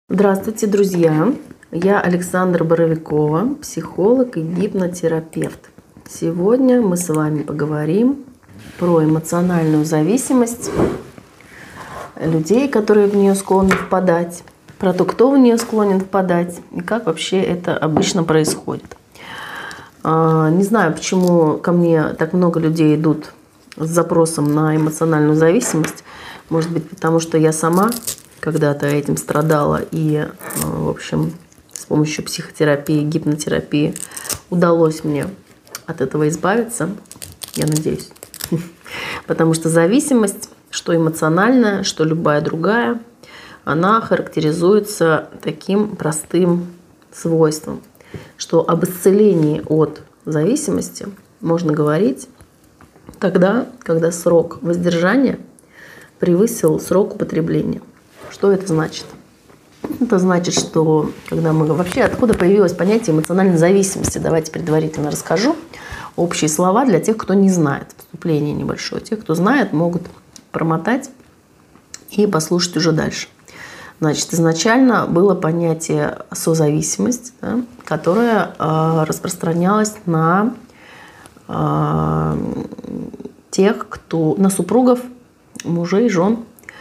Здравствуйте, друзья! Я Александра Боровикова, психолог и гипнотерапевт. Сегодня мы с вами поговорим про эмоциональную зависимость людей, которые в нее склонны впадать, про то, кто в нее склонен впадать и как вообще это обычно происходит. Не знаю, почему ко мне так много людей идут с запросом на эмоциональную зависимость. Может быть, потому что я сама когда-то этим страдала, и, в общем, с помощью психотерапии, гипнотерапии удалось мне от этого избавиться, я надеюсь. Потому что зависимость, что эмоциональная, что любая другая, она характеризуется таким простым свойством, что об исцелении от зависимости можно говорить тогда, когда срок воздержания превысил срок употребления. Что это значит? Это значит, что когда мы вообще откуда появилось понятие эмоциональной зависимости, давайте предварительно расскажу общие слова для тех, кто не знает, вступление небольшое. Те, кто знает, могут промотать и послушать уже дальше. Значит, изначально было понятие созависимость, да, которое распространялось на тех, кто на супругов, мужей, жен,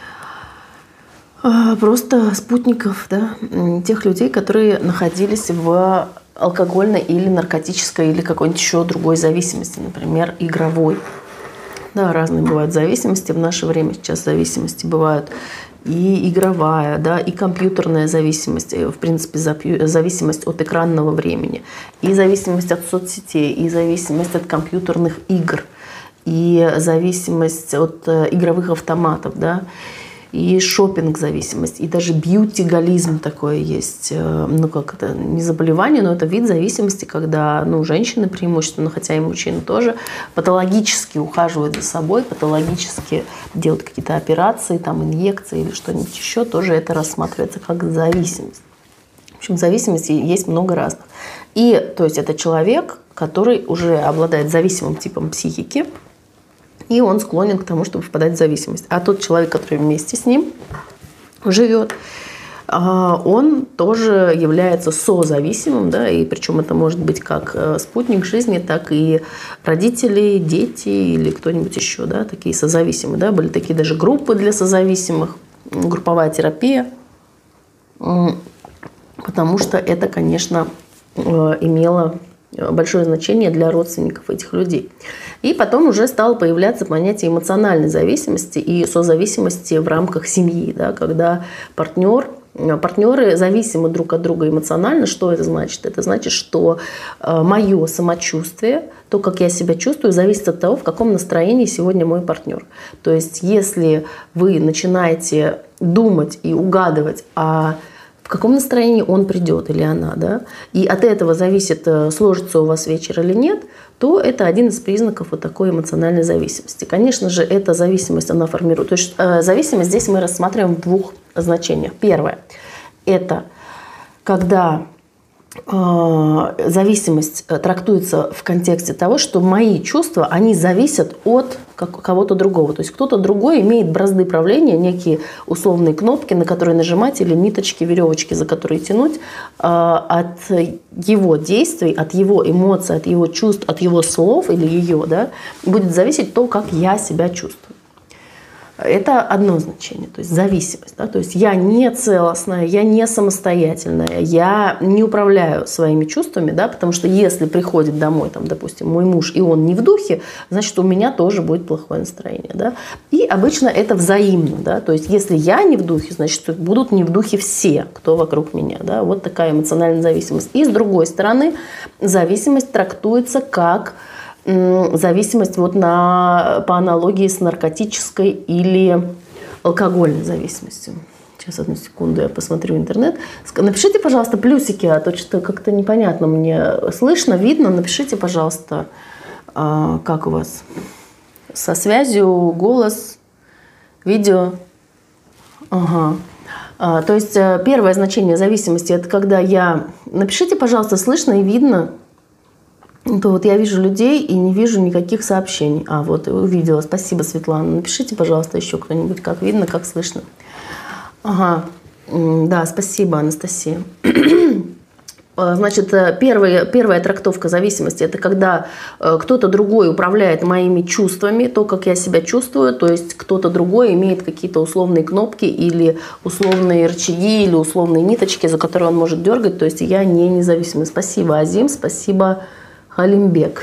просто спутников, да, тех людей, которые находились в алкогольной или наркотической или какой-нибудь еще другой зависимости, например, игровой. Да, разные бывают зависимости. В наше время сейчас зависимости бывают и игровая, да, и компьютерная зависимость, в принципе, зависимость от экранного времени, и зависимость от соцсетей, и зависимость от компьютерных игр, и зависимость от игровых автоматов, да, и шопинг-зависимость, и даже бьюти-гализм такое есть. Ну, как это, не заболевание, но это вид зависимости, когда, женщины преимущественно, хотя и мужчины тоже, патологически ухаживают за собой, патологически делают какие-то операции, там, инъекции или что-нибудь еще, тоже это рассматривается как зависимость. В общем, зависимости есть много разных. И, то есть, это человек, который уже обладает зависимым типом психики, и он склонен к тому, чтобы впадать в зависимость. А тот человек, который вместе с ним живет, он тоже является созависимым, да, и причем это может быть как спутник жизни, так и родители, дети или кто-нибудь еще, да, такие созависимые. Да. Были такие даже группы для созависимых, групповая терапия, потому что это, конечно, имело большое значение для родственников этих людей. И потом уже стало появляться понятие эмоциональной зависимости и созависимости в рамках семьи, да, когда партнеры зависимы друг от друга эмоционально. Что это значит? Это значит, что мое самочувствие, то, как я себя чувствую, зависит от того, в каком настроении сегодня мой партнер. То есть, если вы начинаете думать и угадывать, в каком настроении он придет или она, да, и от этого зависит, сложится у вас вечер или нет, то это один из признаков вот такой эмоциональной зависимости. Конечно же, эта зависимость, она формирует. То есть зависимость здесь мы рассматриваем в двух значениях. Первое – это когда зависимость трактуется в контексте того, что мои чувства, они зависят от кого-то другого. То есть кто-то другой имеет бразды правления, некие условные кнопки, на которые нажимать, или ниточки, веревочки, за которые тянуть, от его действий, от его эмоций, от его чувств, от его слов или ее, да, будет зависеть то, как я себя чувствую. Это одно значение, то есть зависимость. Да? То есть я не целостная, я не самостоятельная, я не управляю своими чувствами, да? Потому что если приходит домой, там, допустим, мой муж, и он не в духе, значит, у меня тоже будет плохое настроение. Да? И обычно это взаимно. Да? То есть если я не в духе, значит, будут не в духе все, кто вокруг меня. Да? Вот такая эмоциональная зависимость. И с другой стороны, зависимость трактуется как зависимость вот по аналогии с наркотической или алкогольной зависимостью. Сейчас, одну секунду, я посмотрю интернет. Напишите, пожалуйста, плюсики, а то что-то как-то непонятно мне слышно, видно. Напишите, пожалуйста, как у вас со связью, голос, видео. Ага. То есть первое значение зависимости – это когда Напишите, пожалуйста, слышно и видно. То вот я вижу людей и не вижу никаких сообщений. Вот увидела. Спасибо, Светлана. Напишите, пожалуйста, еще кто-нибудь, как видно, как слышно. Ага. Да, спасибо, Анастасия. Значит, первая трактовка зависимости – это когда кто-то другой управляет моими чувствами, то, как я себя чувствую, то есть кто-то другой имеет какие-то условные кнопки или условные рычаги, или условные ниточки, за которые он может дергать, то есть я не независимый. Спасибо, Азим, спасибо, Халимбек.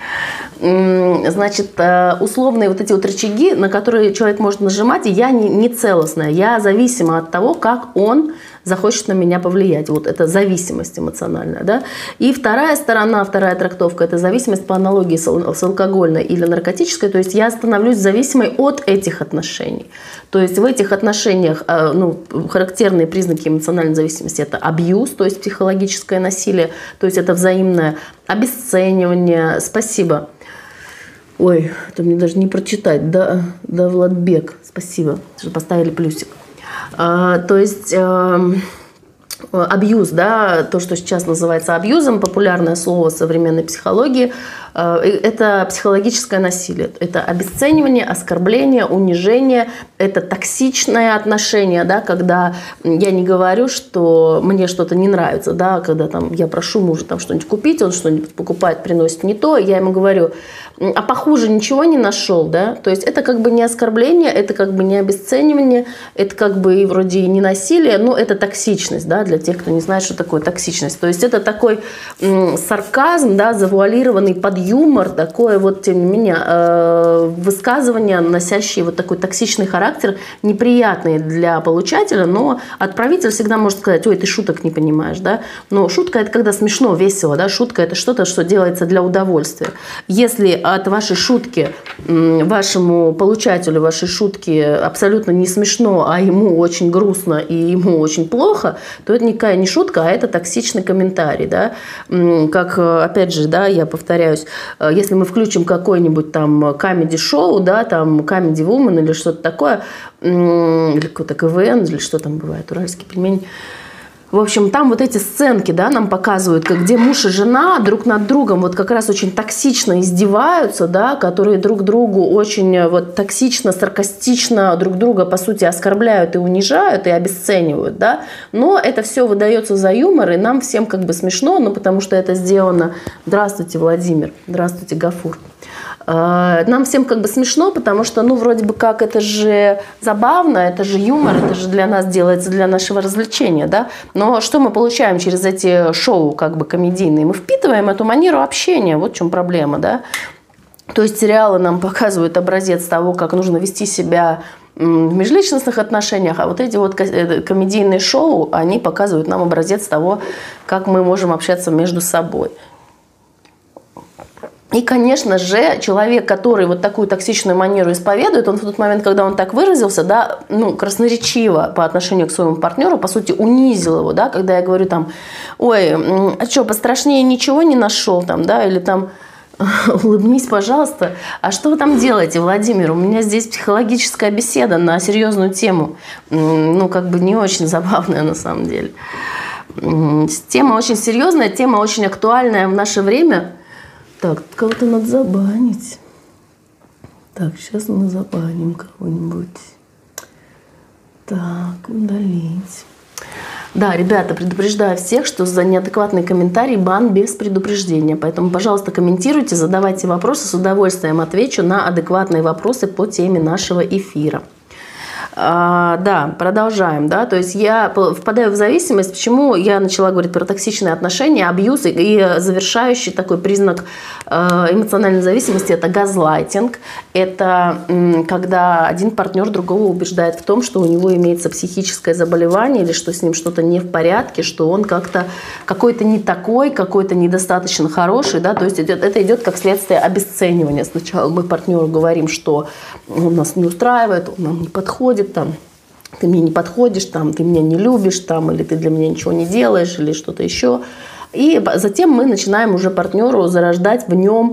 Значит, условные вот эти вот рычаги, на которые человек может нажимать, и я не целостная, я зависима от того, как он захочет на меня повлиять. Вот это зависимость эмоциональная. Да? И вторая сторона, вторая трактовка – это зависимость по аналогии с алкогольной или наркотической. То есть я становлюсь зависимой от этих отношений. То есть в этих отношениях характерные признаки эмоциональной зависимости – это абьюз, то есть психологическое насилие, то есть это взаимное обесценивание. Спасибо. Ой, это мне даже не прочитать. Да, Владбек, спасибо, что поставили плюсик. То есть абьюз, да, то, что сейчас называется абьюзом, популярное слово в современной психологии, это психологическое насилие. Это обесценивание, оскорбление, унижение, это токсичное отношение, да, когда я не говорю, что мне что-то не нравится, да, когда там, я прошу мужа там что-нибудь купить, он что-нибудь покупает, приносит не то, я ему говорю, а похуже ничего не нашел, да, то есть это как бы не оскорбление, это как бы не обесценивание, это как бы и вроде и не насилие, но это токсичность, да, для тех, кто не знает, что такое токсичность. То есть это такой сарказм, да, завуалированный под юмор, такое вот, тем не менее, высказывание, носящее вот такой токсичный характер, неприятный для получателя, но отправитель всегда может сказать, ой, ты шуток не понимаешь, да, но шутка – это когда смешно, весело, да, шутка – это что-то, что делается для удовольствия. Если от вашей шутки, вашему получателю вашей шутки абсолютно не смешно, а ему очень грустно и ему очень плохо, то это никакая не шутка, а это токсичный комментарий, да, как, опять же, да, я повторяюсь, если мы включим какой-нибудь там комеди-шоу, да, там Comedy Woman или что-то такое, или какой-то КВН, или что там бывает, уральский пельмень. В общем, там вот эти сценки, да, нам показывают, где муж и жена друг над другом вот как раз очень токсично издеваются, да, которые друг другу очень вот токсично, саркастично друг друга, по сути, оскорбляют и унижают, и обесценивают, да. Но это все выдается за юмор, и нам всем как бы смешно, ну, потому что это сделано... Здравствуйте, Владимир. Здравствуйте, Гафур. Нам всем как бы смешно, потому что, ну, вроде бы как это же забавно, это же юмор, это же для нас делается, для нашего развлечения, да. Но что мы получаем через эти шоу как бы комедийные? Мы впитываем эту манеру общения, вот в чем проблема, да. То есть сериалы нам показывают образец того, как нужно вести себя в межличностных отношениях, а вот эти вот комедийные шоу, они показывают нам образец того, как мы можем общаться между собой. И, конечно же, человек, который вот такую токсичную манеру исповедует, он в тот момент, когда он так выразился, да, ну, красноречиво по отношению к своему партнеру, по сути, унизил его, да, когда я говорю там, ой, а что, пострашнее ничего не нашел там, да, или там, улыбнись, пожалуйста. А что вы там делаете, Владимир? У меня здесь психологическая беседа на серьезную тему, ну, как бы не очень забавная на самом деле. Тема очень серьезная, тема очень актуальная в наше время. Так, кого-то надо забанить. Так, сейчас мы забаним кого-нибудь. Так, удалить. Да, ребята, предупреждаю всех, что за неадекватный комментарий бан без предупреждения. Поэтому, пожалуйста, комментируйте, задавайте вопросы. С удовольствием отвечу на адекватные вопросы по теме нашего эфира. Да, продолжаем, да, то есть я впадаю в зависимость. Почему я начала говорить про токсичные отношения, абьюз, и завершающий такой признак эмоциональной зависимости – это газлайтинг. Это когда один партнер другого убеждает в том, что у него имеется психическое заболевание или что с ним что-то не в порядке, что он как-то какой-то не такой, какой-то недостаточно хороший, да, то есть это идет как следствие обесценивания. Сначала мы партнеру говорим, что он нас не устраивает, он нам не подходит, там, ты мне не подходишь, там, ты меня не любишь, там, или ты для меня ничего не делаешь, или что-то еще. И затем мы начинаем уже партнеру зарождать в нем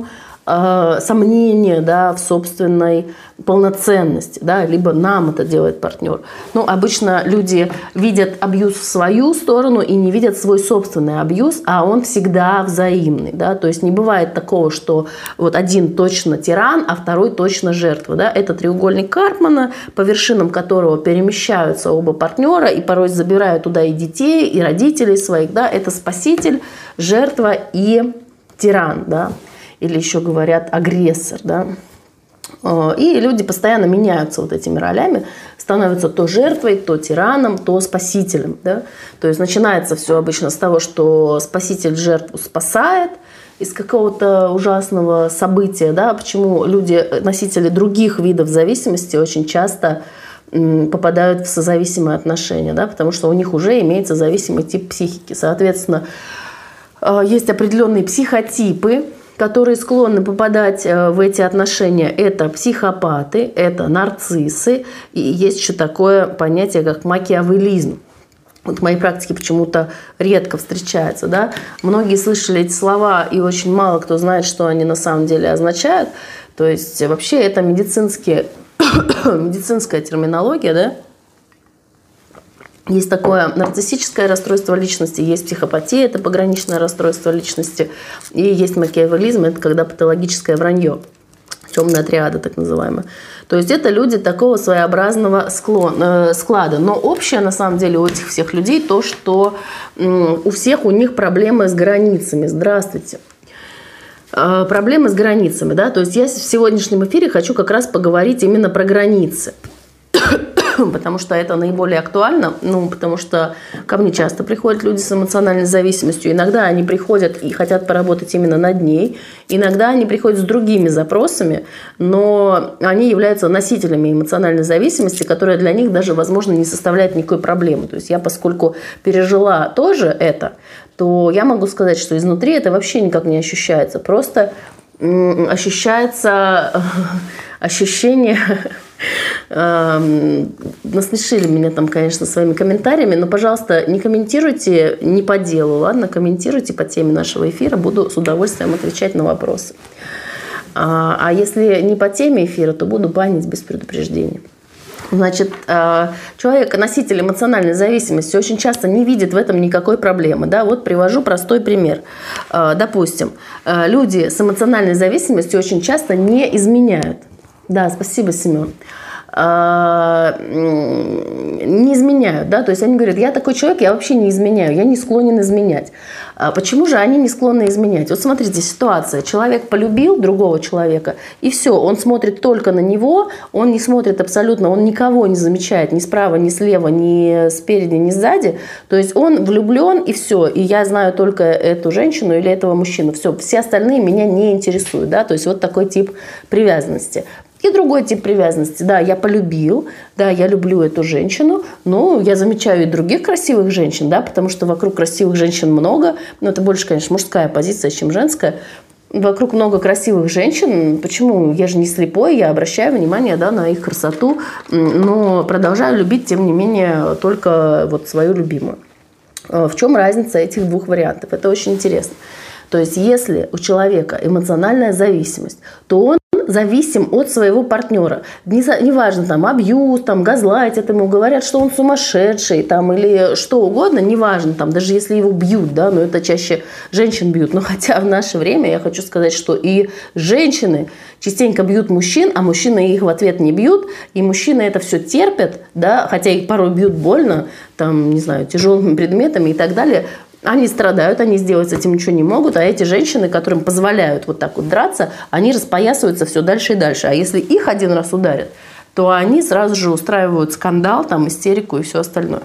сомнения, да, в собственной полноценности, да, либо нам это делает партнер. Ну, обычно люди видят абьюз в свою сторону и не видят свой собственный абьюз, а он всегда взаимный, да, то есть не бывает такого, что вот один точно тиран, а второй точно жертва, да, это треугольник Карпмана, по вершинам которого перемещаются оба партнера и порой забирают туда и детей, и родителей своих, да, это спаситель, жертва и тиран, да, или еще говорят агрессор, да. И люди постоянно меняются вот этими ролями, становятся то жертвой, то тираном, то спасителем. Да? То есть начинается все обычно с того, что спаситель жертву спасает из какого-то ужасного события. Да? Почему люди, носители других видов зависимости, очень часто попадают в созависимые отношения, да? Потому что у них уже имеется зависимый тип психики. Соответственно, есть определенные психотипы, которые склонны попадать в эти отношения. Это психопаты, это нарциссы, и есть еще такое понятие, как макиавеллизм. Вот в моей практике почему-то редко встречается. Да? Многие слышали эти слова, и очень мало кто знает, что они на самом деле означают. То есть вообще это медицинская терминология, да? Есть такое нарциссическое расстройство личности, есть психопатия, это пограничное расстройство личности, и есть макиавеллизм, это когда патологическое вранье, темная триада так называемая. То есть это люди такого своеобразного склада. Но общее на самом деле у этих всех людей то, что у всех у них проблемы с границами. Здравствуйте. Проблемы с границами, да, то есть я в сегодняшнем эфире хочу как раз поговорить именно про границы. Потому что это наиболее актуально, ну, потому что ко мне часто приходят люди с эмоциональной зависимостью. Иногда они приходят и хотят поработать именно над ней. Иногда они приходят с другими запросами, но они являются носителями эмоциональной зависимости, которая для них даже, возможно, не составляет никакой проблемы. То есть я, поскольку пережила тоже это, то я могу сказать, что изнутри это вообще никак не ощущается. Просто ощущается ощущение... Насмешили меня там, конечно, своими комментариями, но, пожалуйста, не комментируйте не по делу, ладно? Комментируйте по теме нашего эфира, буду с удовольствием отвечать на вопросы. А если не по теме эфира, то буду банить без предупреждения. Значит, человек, носитель эмоциональной зависимости, очень часто не видит в этом никакой проблемы. Да? Вот привожу простой пример. Допустим, люди с эмоциональной зависимостью очень часто не изменяют. Да, спасибо, Семен. Не изменяют, да, то есть они говорят, я такой человек, я вообще не изменяю, я не склонен изменять. Почему же они не склонны изменять? Вот смотрите, ситуация, человек полюбил другого человека, и все, он смотрит только на него, он не смотрит абсолютно, он никого не замечает, ни справа, ни слева, ни спереди, ни сзади, то есть он влюблен, и все, и я знаю только эту женщину или этого мужчину, все остальные меня не интересуют, да, то есть вот такой тип привязанности. И другой тип привязанности. Да, я полюбил, да, я люблю эту женщину, но я замечаю и других красивых женщин, да, потому что вокруг красивых женщин много, но это больше, конечно, мужская позиция, чем женская. Вокруг много красивых женщин. Почему? Я же не слепой, я обращаю внимание, да, на их красоту, но продолжаю любить, тем не менее, только вот свою любимую. В чем разница этих двух вариантов? Это очень интересно. То есть, если у человека эмоциональная зависимость, то он зависим от своего партнера. Неважно, там, абьюз, там, газлайтят ему, говорят, что он сумасшедший, там, или что угодно, неважно, там, даже если его бьют, да, но это чаще женщин бьют. Но хотя в наше время я хочу сказать, что и женщины частенько бьют мужчин, а мужчины их в ответ не бьют, и мужчины это все терпят, да, хотя их порой бьют больно, там, не знаю, тяжелыми предметами и так далее. Они страдают, они сделать с этим ничего не могут, а эти женщины, которым позволяют вот так вот драться, они распоясываются все дальше и дальше. А если их один раз ударят, то они сразу же устраивают скандал, там, истерику и все остальное.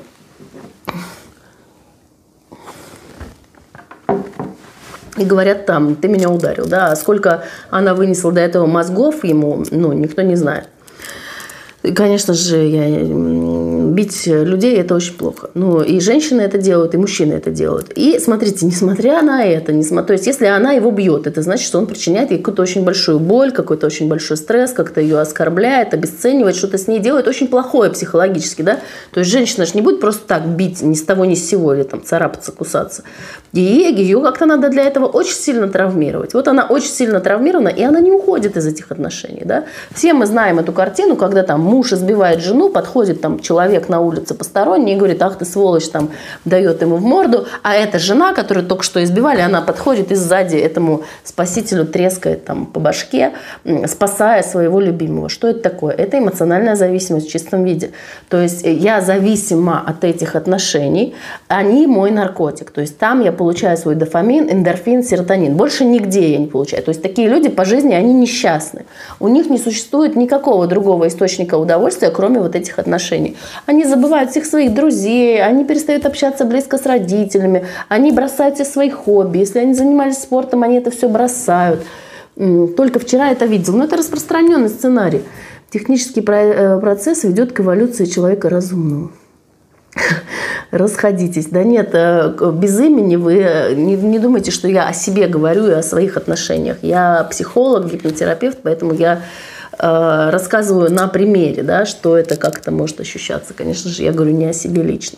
И говорят там, ты меня ударил, да, а сколько она вынесла до этого мозгов ему, ну, никто не знает. И, конечно же, я бить людей – это очень плохо. Ну, и женщины это делают, и мужчины это делают. И смотрите, несмотря на это, то есть если она его бьет, это значит, что он причиняет ей какую-то очень большую боль, какой-то очень большой стресс, как-то ее оскорбляет, обесценивает, что-то с ней делает очень плохое психологически, да. То есть женщина же не будет просто так бить ни с того ни с сего, или там царапаться, кусаться. И ее как-то надо для этого очень сильно травмировать. Вот она очень сильно травмирована, и она не уходит из этих отношений, да. Все мы знаем эту картину, когда там муж избивает жену, подходит там человек на улице посторонний и говорит: ах ты сволочь, там дает ему в морду, а эта жена, которую только что избивали, она подходит и сзади этому спасителю трескает там по башке, спасая своего любимого. Что это такое? Это эмоциональная зависимость в чистом виде. То есть я зависима от этих отношений, они мой наркотик. То есть там я получаю свой дофамин, эндорфин, серотонин. Больше нигде я не получаю. То есть такие люди по жизни, они несчастны. У них не существует никакого другого источника удовольствия, кроме вот этих отношений. Они забывают всех своих друзей, они перестают общаться близко с родителями, они бросают все свои хобби. Если они занимались спортом, они это все бросают. Только вчера это видел. Но это распространенный сценарий. Технический процесс ведет к эволюции человека разумного. Расходитесь. Да нет, без имени вы не думайте, что я о себе говорю и о своих отношениях. Я психолог, гипнотерапевт, поэтому я рассказываю на примере, да, что это, как это может ощущаться. Конечно же, я говорю не о себе лично.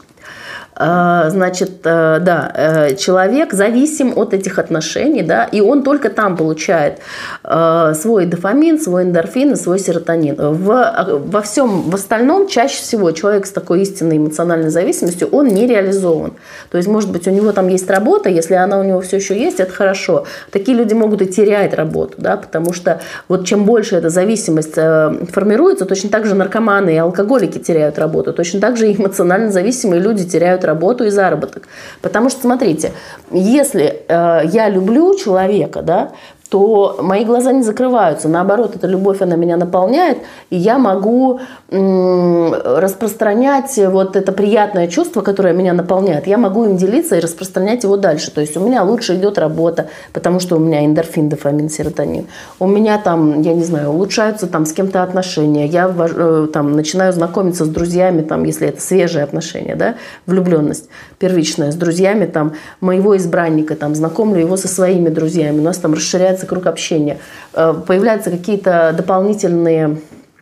Значит, да, человек зависим от этих отношений, да, и он только там получает свой дофамин, свой эндорфин и свой серотонин. Во всем в остальном чаще всего человек с такой истинной эмоциональной зависимостью, он не реализован. То есть, может быть, у него там есть работа, если она у него все еще есть, это хорошо. Такие люди могут и терять работу, да, потому что вот чем больше эта зависимость формируется, точно так же наркоманы и алкоголики теряют работу, точно так же и эмоционально зависимые люди теряют работу и заработок. Потому что, смотрите, если я люблю человека, да, то мои глаза не закрываются. Наоборот, эта любовь, она меня наполняет, и я могу распространять вот это приятное чувство, которое меня наполняет, я могу им делиться и распространять его дальше. То есть у меня лучше идет работа, потому что у меня эндорфин, дофамин, серотонин. У меня там, я не знаю, улучшаются там с кем-то отношения. Я там начинаю знакомиться с друзьями, там, если это свежие отношения, да, влюбленность первичная, с друзьями там моего избранника, там, знакомлю его со своими друзьями. У нас там расширяется круг общения, появляются какие-то дополнительные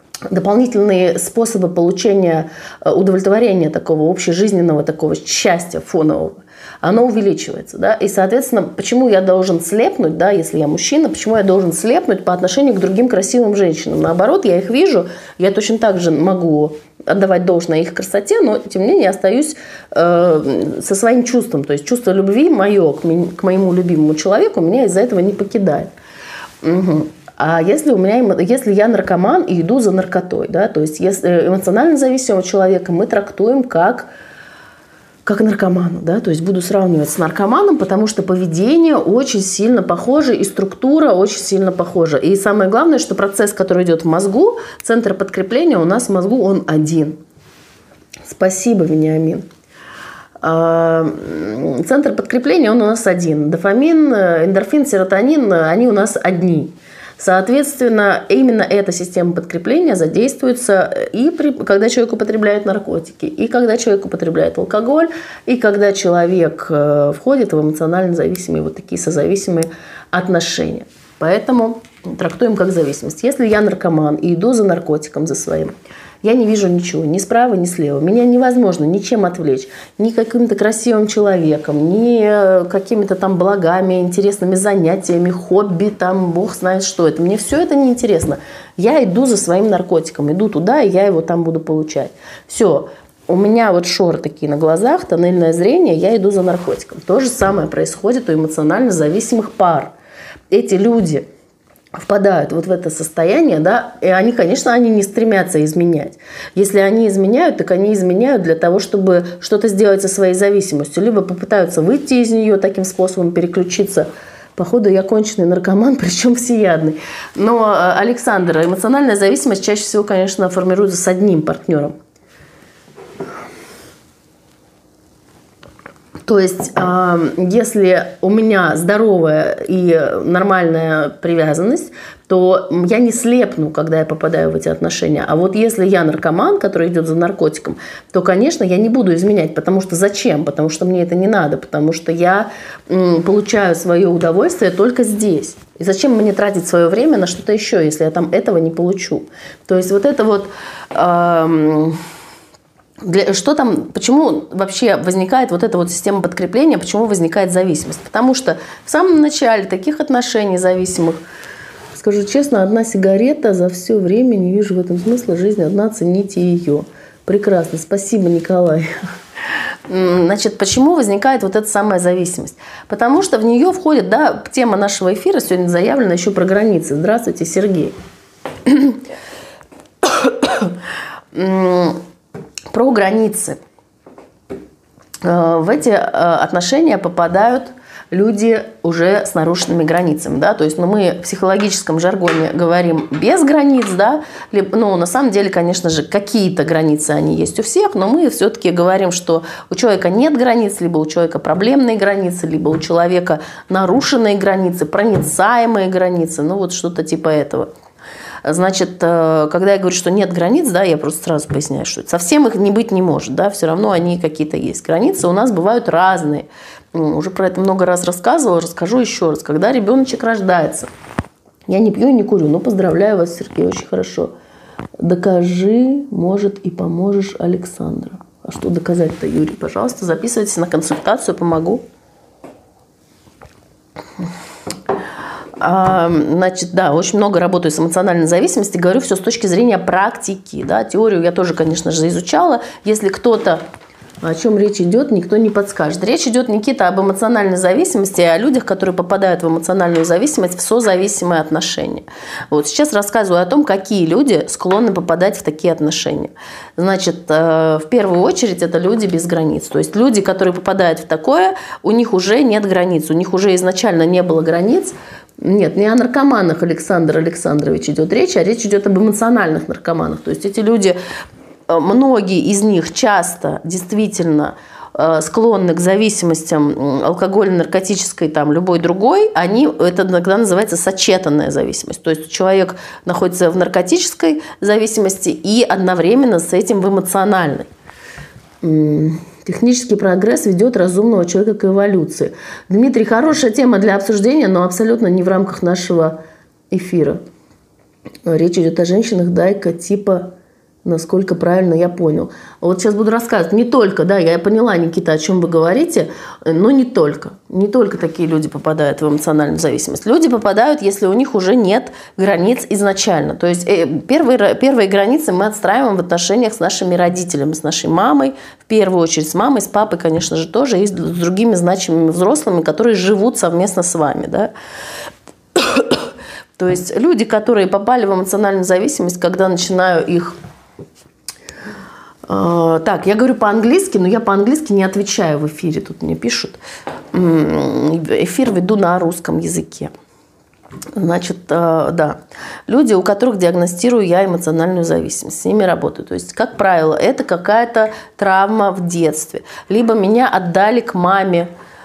способы получения удовлетворения такого общежизненного, такого счастья фонового. Оно увеличивается, да, и, соответственно, почему я должен слепнуть, да, если я мужчина, почему я должен слепнуть по отношению к другим красивым женщинам? Наоборот, я их вижу, я точно так же могу отдавать должное их красоте, но, тем не менее, я остаюсь со своим чувством, то есть чувство любви мое к моему любимому человеку меня из-за этого не покидает. Угу. А если я наркоман и иду за наркотой, да, то есть если эмоционально зависимого человека мы трактуем как наркоману, да, то есть буду сравнивать с наркоманом, потому что поведение очень сильно похоже и структура очень сильно похожа. И самое главное, что процесс, который идет в мозгу, центр подкрепления у нас в мозгу, он один. Спасибо, Вениамин. Центр подкрепления, он у нас один. Дофамин, эндорфин, серотонин, они у нас одни. Соответственно, именно эта система подкрепления задействуется и когда человек употребляет наркотики, и когда человек употребляет алкоголь, и когда человек входит в эмоционально зависимые, вот такие созависимые отношения. Поэтому трактуем как зависимость. Если я наркоман и иду за наркотиком, за своим, я не вижу ничего, ни справа, ни слева. Меня невозможно ничем отвлечь. Ни каким-то красивым человеком, ни какими-то там благами, интересными занятиями, хобби, там, бог знает что это. Мне все это неинтересно. Я иду за своим наркотиком, иду туда, и я его там буду получать. Все. У меня вот шоры такие на глазах, тоннельное зрение, я иду за наркотиком. То же самое происходит у эмоционально зависимых пар. Эти люди впадают вот в это состояние, да, и они, конечно, они не стремятся изменять. Если они изменяют, так они изменяют для того, чтобы что-то сделать со своей зависимостью, либо попытаются выйти из нее таким способом, переключиться. Походу, я конченый наркоман, причем всеядный. Но, Александр, эмоциональная зависимость чаще всего, конечно, формируется с одним партнером. То есть, если у меня здоровая и нормальная привязанность, то я не слепну, когда я попадаю в эти отношения. А вот если я наркоман, который идет за наркотиком, то, конечно, я не буду изменять. Потому что зачем? Потому что мне это не надо. Потому что я получаю свое удовольствие только здесь. И зачем мне тратить свое время на что-то еще, если я там этого не получу? То есть вот это вот... Что там, почему вообще возникает вот эта вот система подкрепления, почему возникает зависимость? Потому что в самом начале таких отношений зависимых, скажу честно, одна сигарета за все время, не вижу в этом смысла жизни, одна, цените ее. Прекрасно, спасибо, Николай. Значит, почему возникает вот эта самая зависимость? Потому что в нее входит, да, тема нашего эфира сегодня заявлена еще про границы. Здравствуйте, Сергей. Про границы. В эти отношения попадают люди уже с нарушенными границами, да, то есть, мы в психологическом жаргоне говорим без границ, да, на самом деле, конечно же, какие-то границы они есть у всех, но мы все-таки говорим, что у человека нет границ, либо у человека проблемные границы, либо у человека нарушенные границы, проницаемые границы, вот что-то типа этого. Значит, когда я говорю, что нет границ, да, я просто сразу поясняю, что совсем их не быть не может, да, все равно они какие-то есть. Границы у нас бывают разные. Уже про это много раз рассказывала, расскажу еще раз. Когда ребеночек рождается, я не пью и не курю, но поздравляю вас, Сергей, очень хорошо. Докажи, может, и поможешь Александра. А что доказать-то, Юрий? Пожалуйста, записывайтесь на консультацию, помогу. Значит, да, очень много работаю с эмоциональной зависимостью, говорю все с точки зрения практики, да, теорию я тоже, конечно же, изучала. Если кто-то, о чем речь идет, никто не подскажет. Речь идет, Никита, об эмоциональной зависимости, о людях, которые попадают в эмоциональную зависимость, в созависимые отношения. Вот сейчас рассказываю о том, какие люди склонны попадать в такие отношения. Значит, в первую очередь это люди без границ. То есть люди, которые попадают в такое, у них уже нет границ, у них уже изначально не было границ. Нет, не о наркоманах, Александр Александрович, идет речь, а речь идет об эмоциональных наркоманах. То есть эти люди, многие из них часто действительно склонны к зависимостям алкогольной, наркотической, там, любой другой, это иногда называется сочетанная зависимость. То есть человек находится в наркотической зависимости и одновременно с этим в эмоциональной. Технический прогресс ведет разумного человека к эволюции. Дмитрий, хорошая тема для обсуждения, но абсолютно не в рамках нашего эфира. Речь идет о женщинах, дай-ка, типа, насколько правильно я понял. Вот сейчас буду рассказывать. Не только, да, я поняла, Никита, о чем вы говорите, но не только. Не только такие люди попадают в эмоциональную зависимость. Люди попадают, если у них уже нет границ изначально. То есть первые границы мы отстраиваем в отношениях с нашими родителями, с нашей мамой, в первую очередь с мамой, с папой, конечно же, тоже, и с другими значимыми взрослыми, которые живут совместно с вами, да. То есть люди, которые попали в эмоциональную зависимость, когда начинаю их... Так, я говорю по-английски, но я по-английски не отвечаю в эфире, тут мне пишут. Эфир веду на русском языке. Значит, да, люди, у которых диагностирую я эмоциональную зависимость, с ними работаю. То есть, как правило, это какая-то травма в детстве. Либо меня отдали к маме,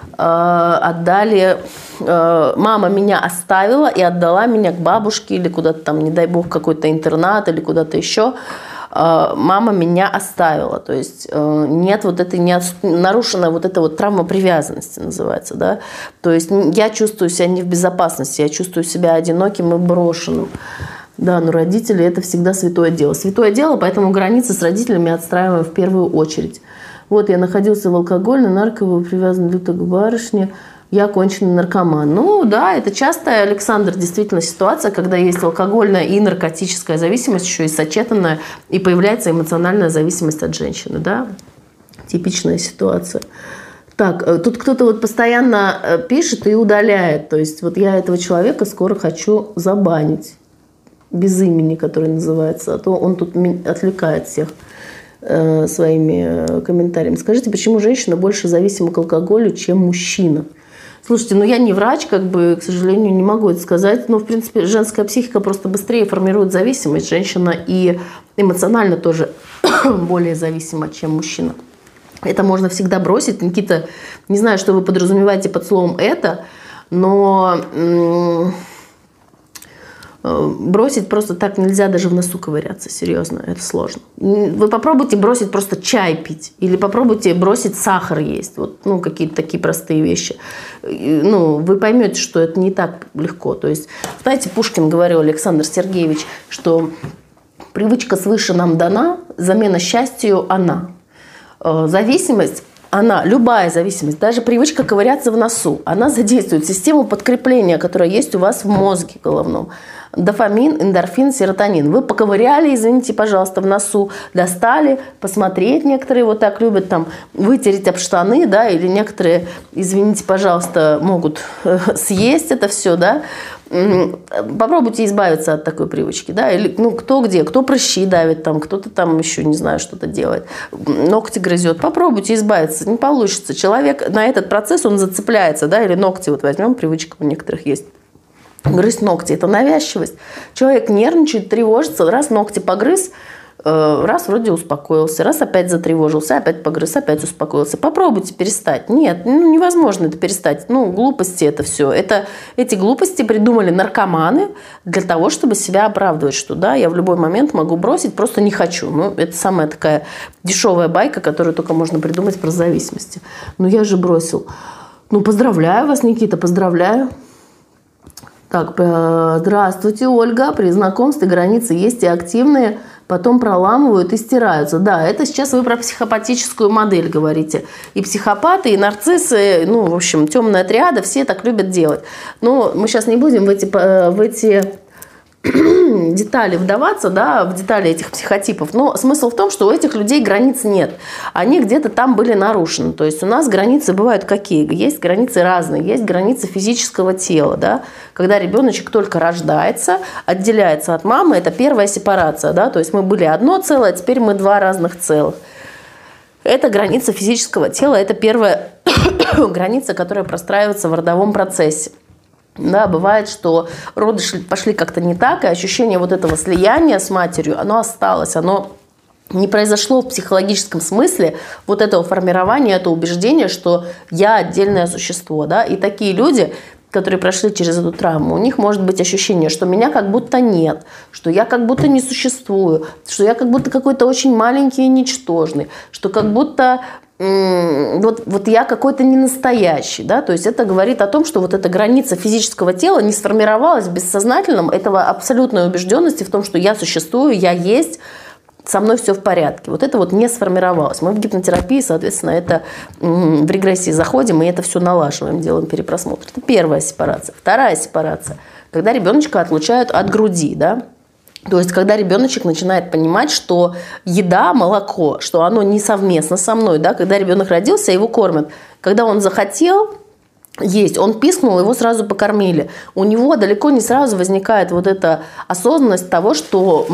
мама меня оставила и отдала меня к бабушке или куда-то там, не дай бог, какой-то интернат или куда-то еще. Мама меня оставила, то есть нет вот этой нарушенная вот эта вот травма привязанности называется, да, то есть я чувствую себя не в безопасности, я чувствую себя одиноким и брошенным, да, но родители это всегда святое дело, поэтому границы с родителями отстраиваем в первую очередь. Вот я находился в алкогольной, нарковой, привязан люто к барышне. Я конченый наркоман. Ну да, это частая, Александр, действительно ситуация, когда есть алкогольная и наркотическая зависимость, еще и сочетанная, и появляется эмоциональная зависимость от женщины. Да? Типичная ситуация. Так, тут кто-то вот постоянно пишет и удаляет. То есть вот я этого человека скоро хочу забанить. Без имени, который называется. А то он тут отвлекает всех своими комментариями. Скажите, почему женщина больше зависима к алкоголю, чем мужчина? Слушайте, я не врач, к сожалению, не могу это сказать. Но, в принципе, женская психика просто быстрее формирует зависимость. Женщина и эмоционально тоже более зависима, чем мужчина. Это можно всегда бросить. Никита, не знаю, что вы подразумеваете под словом «это», но бросить просто так нельзя, даже в носу ковыряться, серьезно, это сложно. Вы попробуйте бросить просто чай пить, или попробуйте бросить сахар есть, вот, ну, какие-то такие простые вещи. Ну, вы поймете, что это не так легко. То есть, знаете, Пушкин говорил, Александр Сергеевич, что привычка свыше нам дана, замена счастью она. Зависимость, она, любая зависимость, даже привычка ковыряться в носу, она задействует систему подкрепления, которая есть у вас в мозге головном. Дофамин, эндорфин, серотонин. Вы поковыряли, извините, пожалуйста, в носу, достали, посмотреть, некоторые вот так любят там вытереть об штаны, да, или некоторые, извините, пожалуйста, могут съесть это все, да. Попробуйте избавиться от такой привычки, да, или, ну, кто где, кто прыщи давит, там, кто-то там еще, не знаю, что-то делает, ногти грызет, попробуйте избавиться, не получится. Человек на этот процесс, он зацепляется, да, или ногти, вот возьмем, привычка у некоторых есть. Грызть ногти – это навязчивость. Человек нервничает, тревожится, раз ногти погрыз, раз вроде успокоился, раз опять затревожился, опять погрыз, опять успокоился. Попробуйте перестать. Нет, ну, невозможно это перестать. Ну, глупости это все. Эти глупости придумали наркоманы для того, чтобы себя оправдывать, что да, я в любой момент могу бросить, просто не хочу. Ну, это самая такая дешевая байка, которую только можно придумать про зависимости. Ну, я же бросил. Ну, поздравляю вас, Никита, поздравляю. Так, здравствуйте, Ольга. При знакомстве границы есть и активные, потом проламывают и стираются. Да, это сейчас вы про психопатическую модель говорите. И психопаты, и нарциссы, ну, в общем, темная триада, все так любят делать. Но мы сейчас не будем в эти детали вдаваться, да, в детали этих психотипов. Но смысл в том, что у этих людей границ нет. Они где-то там были нарушены. То есть у нас границы бывают какие? Есть границы разные. Есть границы физического тела. Да? Когда ребеночек только рождается, отделяется от мамы, это первая сепарация. Да? То есть мы были одно целое, а теперь мы два разных целых. Это граница физического тела. Это первая граница, которая простраивается в родовом процессе. Да, бывает, что роды пошли как-то не так, и ощущение вот этого слияния с матерью, оно осталось, оно не произошло в психологическом смысле вот этого формирования, этого убеждения, что я отдельное существо. Да? И такие люди, которые прошли через эту травму, у них может быть ощущение, что меня как будто нет, что я как будто не существую, что я как будто какой-то очень маленький и ничтожный, что как будто вот я какой-то не настоящий, да, то есть это говорит о том, что вот эта граница физического тела не сформировалась в бессознательном, этого абсолютной убежденности в том, что я существую, я есть, со мной все в порядке. Вот это вот не сформировалось. Мы в гипнотерапии, соответственно, это в регрессии заходим и это все налаживаем, делаем перепросмотр. Это первая сепарация. Вторая сепарация, когда ребеночка отлучают от груди, да. То есть, когда ребеночек начинает понимать, что еда, молоко, что оно не совместно со мной, да, когда ребенок родился, его кормят. Когда он захотел есть, он пискнул, его сразу покормили. У него далеко не сразу возникает вот эта осознанность того, что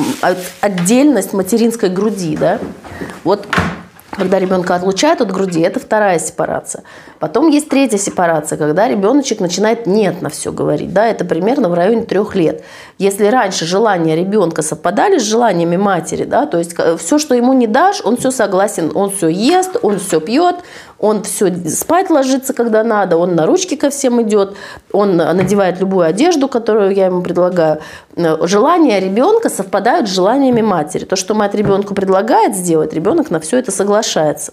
отдельность материнской груди, да. Вот когда ребенка отлучают от груди, это вторая сепарация. Потом есть третья сепарация, когда ребеночек начинает «нет» на все говорить. Да, это примерно в районе 3 лет. Если раньше желания ребенка совпадали с желаниями матери, да, то есть все, что ему не дашь, он все согласен, он все ест, он все пьет, он все спать ложится, когда надо, он на ручки ко всем идет, он надевает любую одежду, которую я ему предлагаю. Желания ребенка совпадают с желаниями матери. То, что мать ребенку предлагает сделать, ребенок на все это соглашается.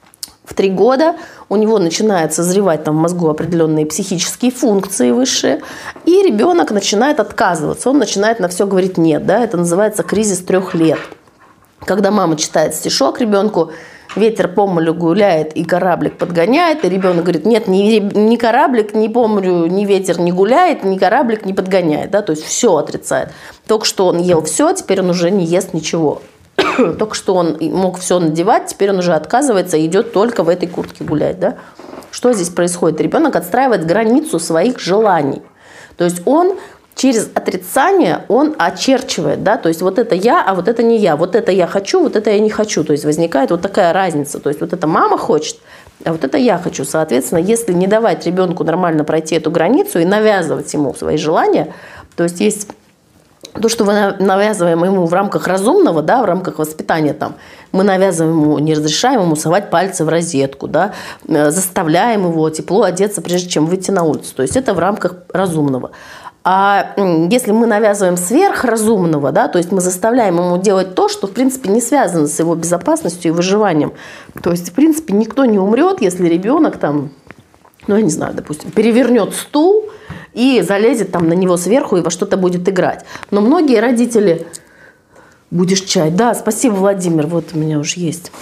В 3 года у него начинают созревать там в мозгу определенные психические функции высшие, и ребенок начинает отказываться, он начинает на все говорить «нет». Да? Это называется кризис 3 лет. Когда мама читает стишок ребенку, ветер по морю гуляет и кораблик подгоняет, и ребенок говорит, нет, ни кораблик, ни по морю, ни ветер не гуляет, ни кораблик не подгоняет, да, то есть все отрицает. Только что он ел все, теперь он уже не ест ничего. Только что он мог все надевать, теперь он уже отказывается и идет только в этой куртке гулять, да. Что здесь происходит? Ребенок отстраивает границу своих желаний. То есть он через отрицание он очерчивает, да, то есть вот это я, а вот это не я, вот это я хочу, вот это я не хочу, то есть возникает вот такая разница, то есть вот это мама хочет, а вот это я хочу, соответственно, если не давать ребенку нормально пройти эту границу и навязывать ему свои желания, то есть то, что мы навязываем ему в рамках разумного, да, в рамках воспитания, там, мы навязываем ему, не разрешаем ему совать пальцы в розетку, да, заставляем его тепло одеться, прежде чем выйти на улицу. То есть это в рамках разумного. А если мы навязываем сверхразумного, да, то есть мы заставляем ему делать то, что, в принципе, не связано с его безопасностью и выживанием. То есть, в принципе, никто не умрет, если ребенок там, ну, я не знаю, допустим, перевернет стул и залезет там на него сверху и во что-то будет играть. Но многие родители... Будешь чай? Да, спасибо, Владимир. Вот у меня уже есть.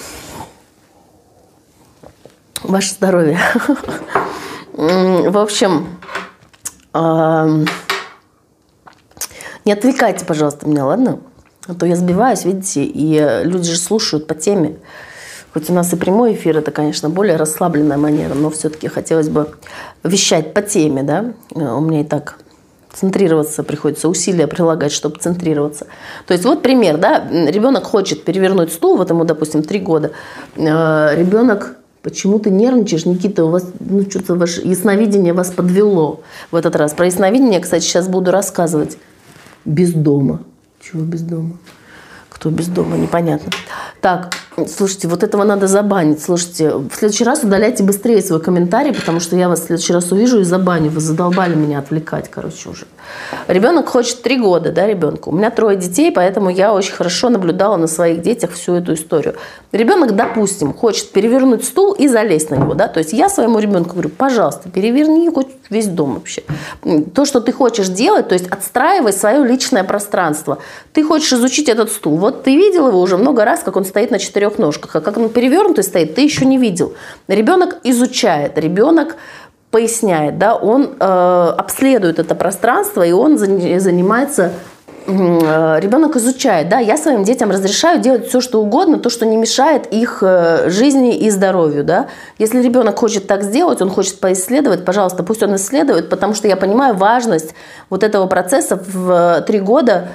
Ваше здоровье. В общем, не отвлекайте, пожалуйста, меня, ладно? А то я сбиваюсь, видите, и люди же слушают по теме. Хоть у нас и прямой эфир, это, конечно, более расслабленная манера, но все-таки хотелось бы вещать по теме, да? У меня и так центрироваться приходится, усилия прилагать, чтобы центрироваться. То есть вот пример, да, ребенок хочет перевернуть стул, вот ему, допустим, 3 года. Ребенок, почему ты нервничаешь, Никита, у вас, ну, что-то ваше ясновидение вас подвело в этот раз. Про ясновидение, кстати, сейчас буду рассказывать. Без дома. Чего без дома? Кто без дома, непонятно. Так, слушайте, вот этого надо забанить. Слушайте, в следующий раз удаляйте быстрее свой комментарий, потому что я вас в следующий раз увижу и забаню. Вы задолбали меня отвлекать, короче, уже. Ребенок хочет 3 года, да, ребенку. У меня 3 детей, поэтому я очень хорошо наблюдала на своих детях всю эту историю. Ребенок, допустим, хочет перевернуть стул и залезть на него, да. То есть я своему ребенку говорю, пожалуйста, переверни хоть весь дом вообще. То, что ты хочешь делать, то есть отстраивай свое личное пространство. Ты хочешь изучить этот стул. Вот ты видел его уже много раз, как он стоит на 4 ножках, а как он перевернутый стоит, ты еще не видел. Ребенок изучает, ребенок поясняет, да, он обследует это пространство, и он занимается, ребенок изучает, да, я своим детям разрешаю делать все, что угодно, то, что не мешает их жизни и здоровью, да. Если ребенок хочет так сделать, он хочет поисследовать, пожалуйста, пусть он исследует, потому что я понимаю важность вот этого процесса в 3 года,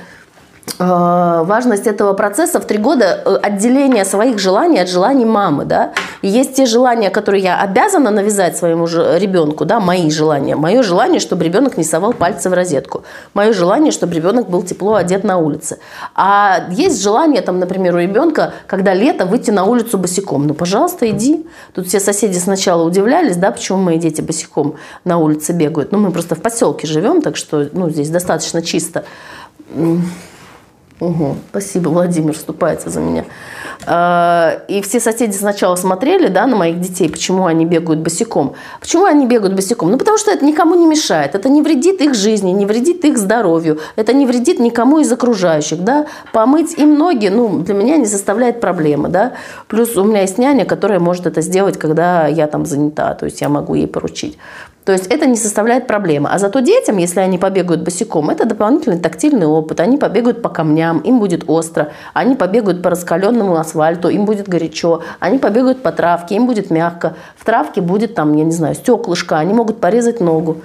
важность этого процесса в 3 года отделения своих желаний от желаний мамы, да. И есть те желания, которые я обязана навязать своему ребенку, да, мои желания. Мое желание, чтобы ребенок не совал пальцы в розетку. Мое желание, чтобы ребенок был тепло одет на улице. А есть желание, там, например, у ребенка, когда лето, выйти на улицу босиком. Ну, пожалуйста, иди. Тут все соседи сначала удивлялись, да, почему мои дети босиком на улице бегают. Ну, мы просто в поселке живем, так что, ну, здесь достаточно чисто. Угу, спасибо, Владимир вступается за меня. И все соседи сначала смотрели, да, на моих детей, почему они бегают босиком. Почему они бегают босиком? Ну, потому что это никому не мешает. Это не вредит их жизни, не вредит их здоровью. Это не вредит никому из окружающих, да. Помыть им ноги, ну, для меня не составляет проблемы, да. Плюс у меня есть няня, которая может это сделать, когда я там занята. То есть я могу ей поручить. То есть это не составляет проблемы. А зато детям, если они побегают босиком, это дополнительный тактильный опыт. Они побегают по камням, им будет остро. Они побегают по раскаленному асфальту, им будет горячо. Они побегают по травке, им будет мягко. В травке будет там, я не знаю, стеклышко, они могут порезать ногу.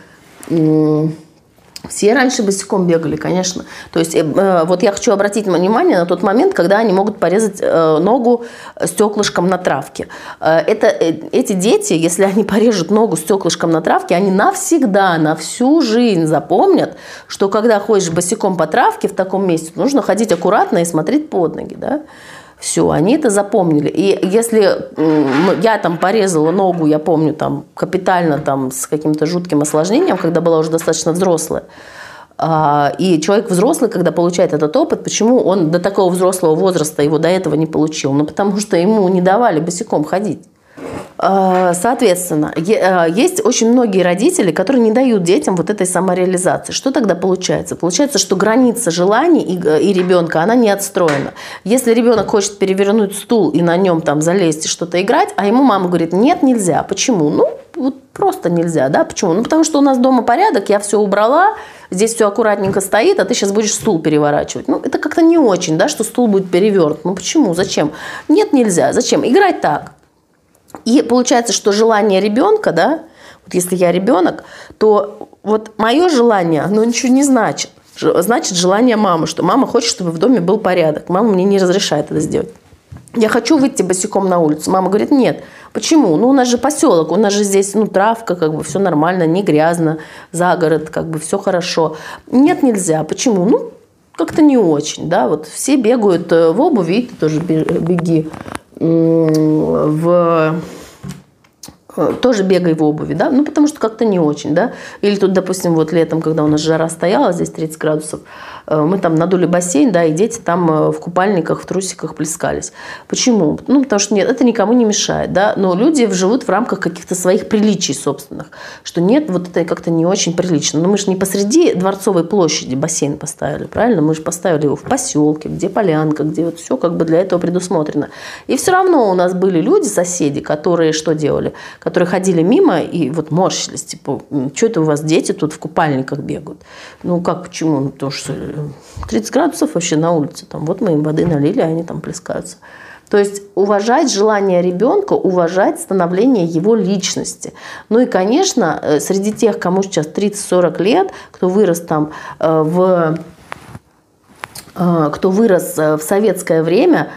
Все раньше босиком бегали, конечно. То есть вот я хочу обратить внимание на тот момент, когда они могут порезать ногу стеклышком на травке. Эти дети, если они порежут ногу стеклышком на травке, они навсегда, на всю жизнь запомнят, что когда ходишь босиком по травке в таком месте, нужно ходить аккуратно и смотреть под ноги, да? Все, они это запомнили. И если я там порезала ногу, я помню, там капитально там, с каким-то жутким осложнением, когда была уже достаточно взрослая, и человек взрослый, когда получает этот опыт, почему он до такого взрослого возраста его до этого не получил? Ну, потому что ему не давали босиком ходить. Соответственно, есть очень многие родители, которые не дают детям вот этой самореализации. Что тогда получается? Получается, что граница желаний и ребенка, она не отстроена. Если ребенок хочет перевернуть стул и на нем там залезть и что-то играть, а ему мама говорит, нет, нельзя. Почему? Ну, вот просто нельзя, да? Почему? Ну, потому что у нас дома порядок, я все убрала, здесь все аккуратненько стоит, а ты сейчас будешь стул переворачивать. Ну, это как-то не очень, да, что стул будет перевернут. Ну, почему? Зачем? Нет, нельзя. Зачем? Играть так. И получается, что желание ребенка, да, вот если я ребенок, то вот мое желание, оно ничего не значит. Значит желание мамы, что мама хочет, чтобы в доме был порядок. Мама мне не разрешает это сделать. Я хочу выйти босиком на улицу. Мама говорит, нет. Почему? Ну, у нас же поселок, у нас же здесь, ну, травка, как бы, все нормально, не грязно, загород, как бы, все хорошо. Нет, нельзя. Почему? Ну, как-то не очень, да, вот все бегают в обуви, и ты тоже беги тоже бегай в обуви, да, ну, потому что как-то не очень, да. Или тут, допустим, вот летом, когда у нас жара стояла, здесь 30 градусов, мы там надули бассейн, да, и дети там в купальниках, в трусиках плескались. Почему? Ну, потому что нет, это никому не мешает, да, но люди живут в рамках каких-то своих приличий собственных, что нет, вот это как-то не очень прилично. Но мы же не посреди Дворцовой площади бассейн поставили, правильно? Мы же поставили его в поселке, где полянка, где вот все как бы для этого предусмотрено. И все равно у нас были люди, соседи, которые что делали? Которые ходили мимо и вот морщились, типа, что это у вас дети тут в купальниках бегают? Ну, как, почему? Ну, потому что 30 градусов вообще на улице, там, вот мы им воды налили, а они там плескаются. То есть уважать желание ребенка, уважать становление его личности. Ну и, конечно, среди тех, кому сейчас 30-40 лет, кто вырос там в советское время,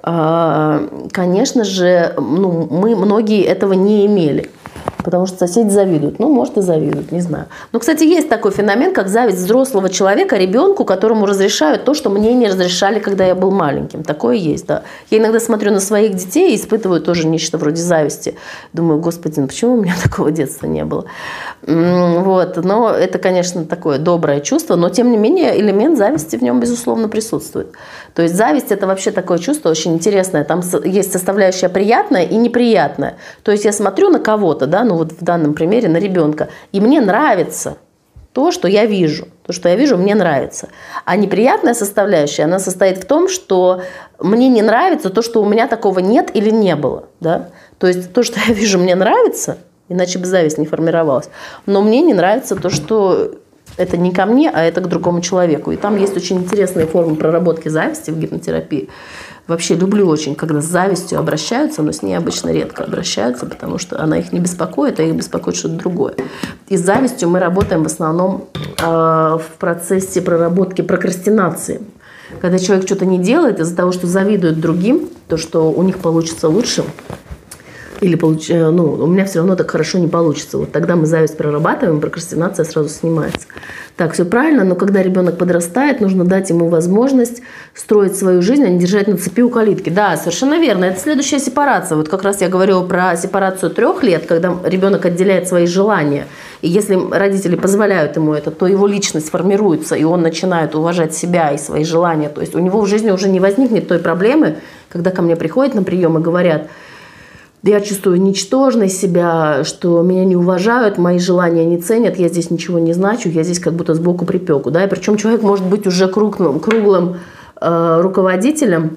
конечно же, ну, мы многие этого не имели. Потому что соседи завидуют. Ну, может, и завидуют, не знаю. Но, кстати, есть такой феномен, как зависть взрослого человека ребенку, которому разрешают то, что мне не разрешали, когда я был маленьким. Такое есть, да. Я иногда смотрю на своих детей и испытываю тоже нечто вроде зависти. Думаю, господи, ну почему у меня такого детства не было? Вот. Но это, конечно, такое доброе чувство, но, тем не менее, элемент зависти в нем, безусловно, присутствует. То есть зависть – это вообще такое чувство очень интересное. Там есть составляющая приятная и неприятная. То есть я смотрю на кого-то, да, ну вот в данном примере на ребенка, и мне нравится то, что я вижу. То, что я вижу, мне нравится. А неприятная составляющая, она состоит в том, что мне не нравится то, что у меня такого нет или не было. Да? То есть то, что я вижу, мне нравится, иначе бы зависть не формировалась. Но мне не нравится то, что это не ко мне, а это к другому человеку. И там есть очень интересные формы проработки зависти в гипнотерапии. Вообще люблю очень, когда с завистью обращаются, но с ней обычно редко обращаются, потому что она их не беспокоит, а их беспокоит что-то другое. И с завистью мы работаем в основном в процессе проработки прокрастинации. Когда человек что-то не делает из-за того, что завидует другим, то, что у них получится лучше, или у меня все равно так хорошо не получится. Вот тогда мы зависть прорабатываем, прокрастинация сразу снимается. Так, все правильно, но когда ребенок подрастает, нужно дать ему возможность строить свою жизнь, а не держать на цепи у калитки. Да, совершенно верно. Это следующая сепарация. Вот как раз я говорила про сепарацию 3 лет, когда ребенок отделяет свои желания. И если родители позволяют ему это, то его личность формируется, и он начинает уважать себя и свои желания. То есть у него в жизни уже не возникнет той проблемы, когда ко мне приходят на прием и говорят: я чувствую ничтожность себя, что меня не уважают, мои желания не ценят, я здесь ничего не значу, я здесь как будто сбоку припеку. Да? И причем человек может быть уже круглым руководителем,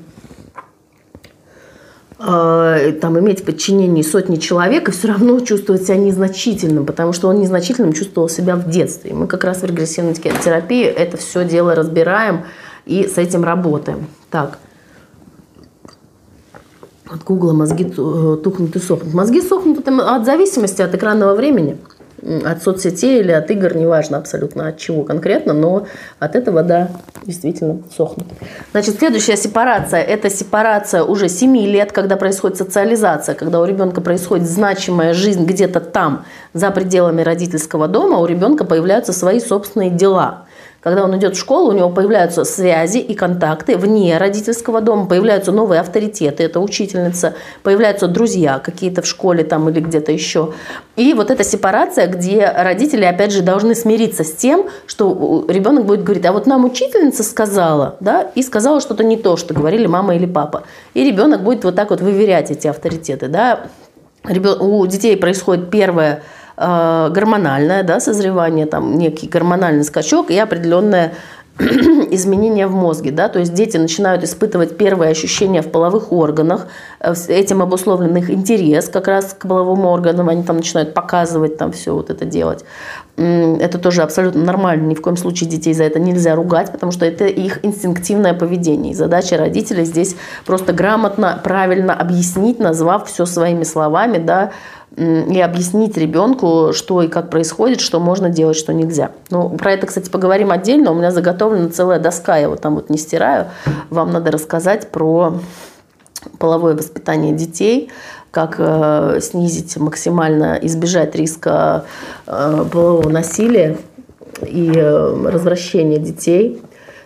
там, иметь в подчинении сотни человек и все равно чувствовать себя незначительным, потому что он незначительным чувствовал себя в детстве. И мы как раз в регрессивной терапии это все дело разбираем и с этим работаем. Так. От Гугла мозги тухнут и сохнут. Мозги сохнут от зависимости от экранного времени, от соцсетей или от игр, неважно абсолютно от чего конкретно, но от этого, да, действительно сохнут. Значит, следующая сепарация – это сепарация уже 7 лет, когда происходит социализация, когда у ребенка происходит значимая жизнь где-то там, за пределами родительского дома, у ребенка появляются свои собственные дела. Когда он идет в школу, у него появляются связи и контакты вне родительского дома, появляются новые авторитеты, это учительница, появляются друзья какие-то в школе там или где-то еще. И вот эта сепарация, где родители, опять же, должны смириться с тем, что ребенок будет говорить: а вот нам учительница сказала, да, и сказала что-то не то, что говорили мама или папа. И ребенок будет вот так вот выверять эти авторитеты, да. У детей происходит первое гормональное, да, созревание, там некий гормональный скачок и определенное изменения в мозге, да, то есть дети начинают испытывать первые ощущения в половых органах, этим обусловлен их интерес как раз к половым органам, они там начинают показывать, там все вот это делать. Это тоже абсолютно нормально, ни в коем случае детей за это нельзя ругать, потому что это их инстинктивное поведение. И задача родителей здесь просто грамотно, правильно объяснить, назвав все своими словами, да, и объяснить ребенку, что и как происходит, что можно делать, что нельзя. Ну, про это, кстати, поговорим отдельно. У меня заготовлена целая доска, я вот там вот не стираю. Вам надо рассказать про половое воспитание детей, как снизить максимально, избежать риска полового насилия и развращения детей.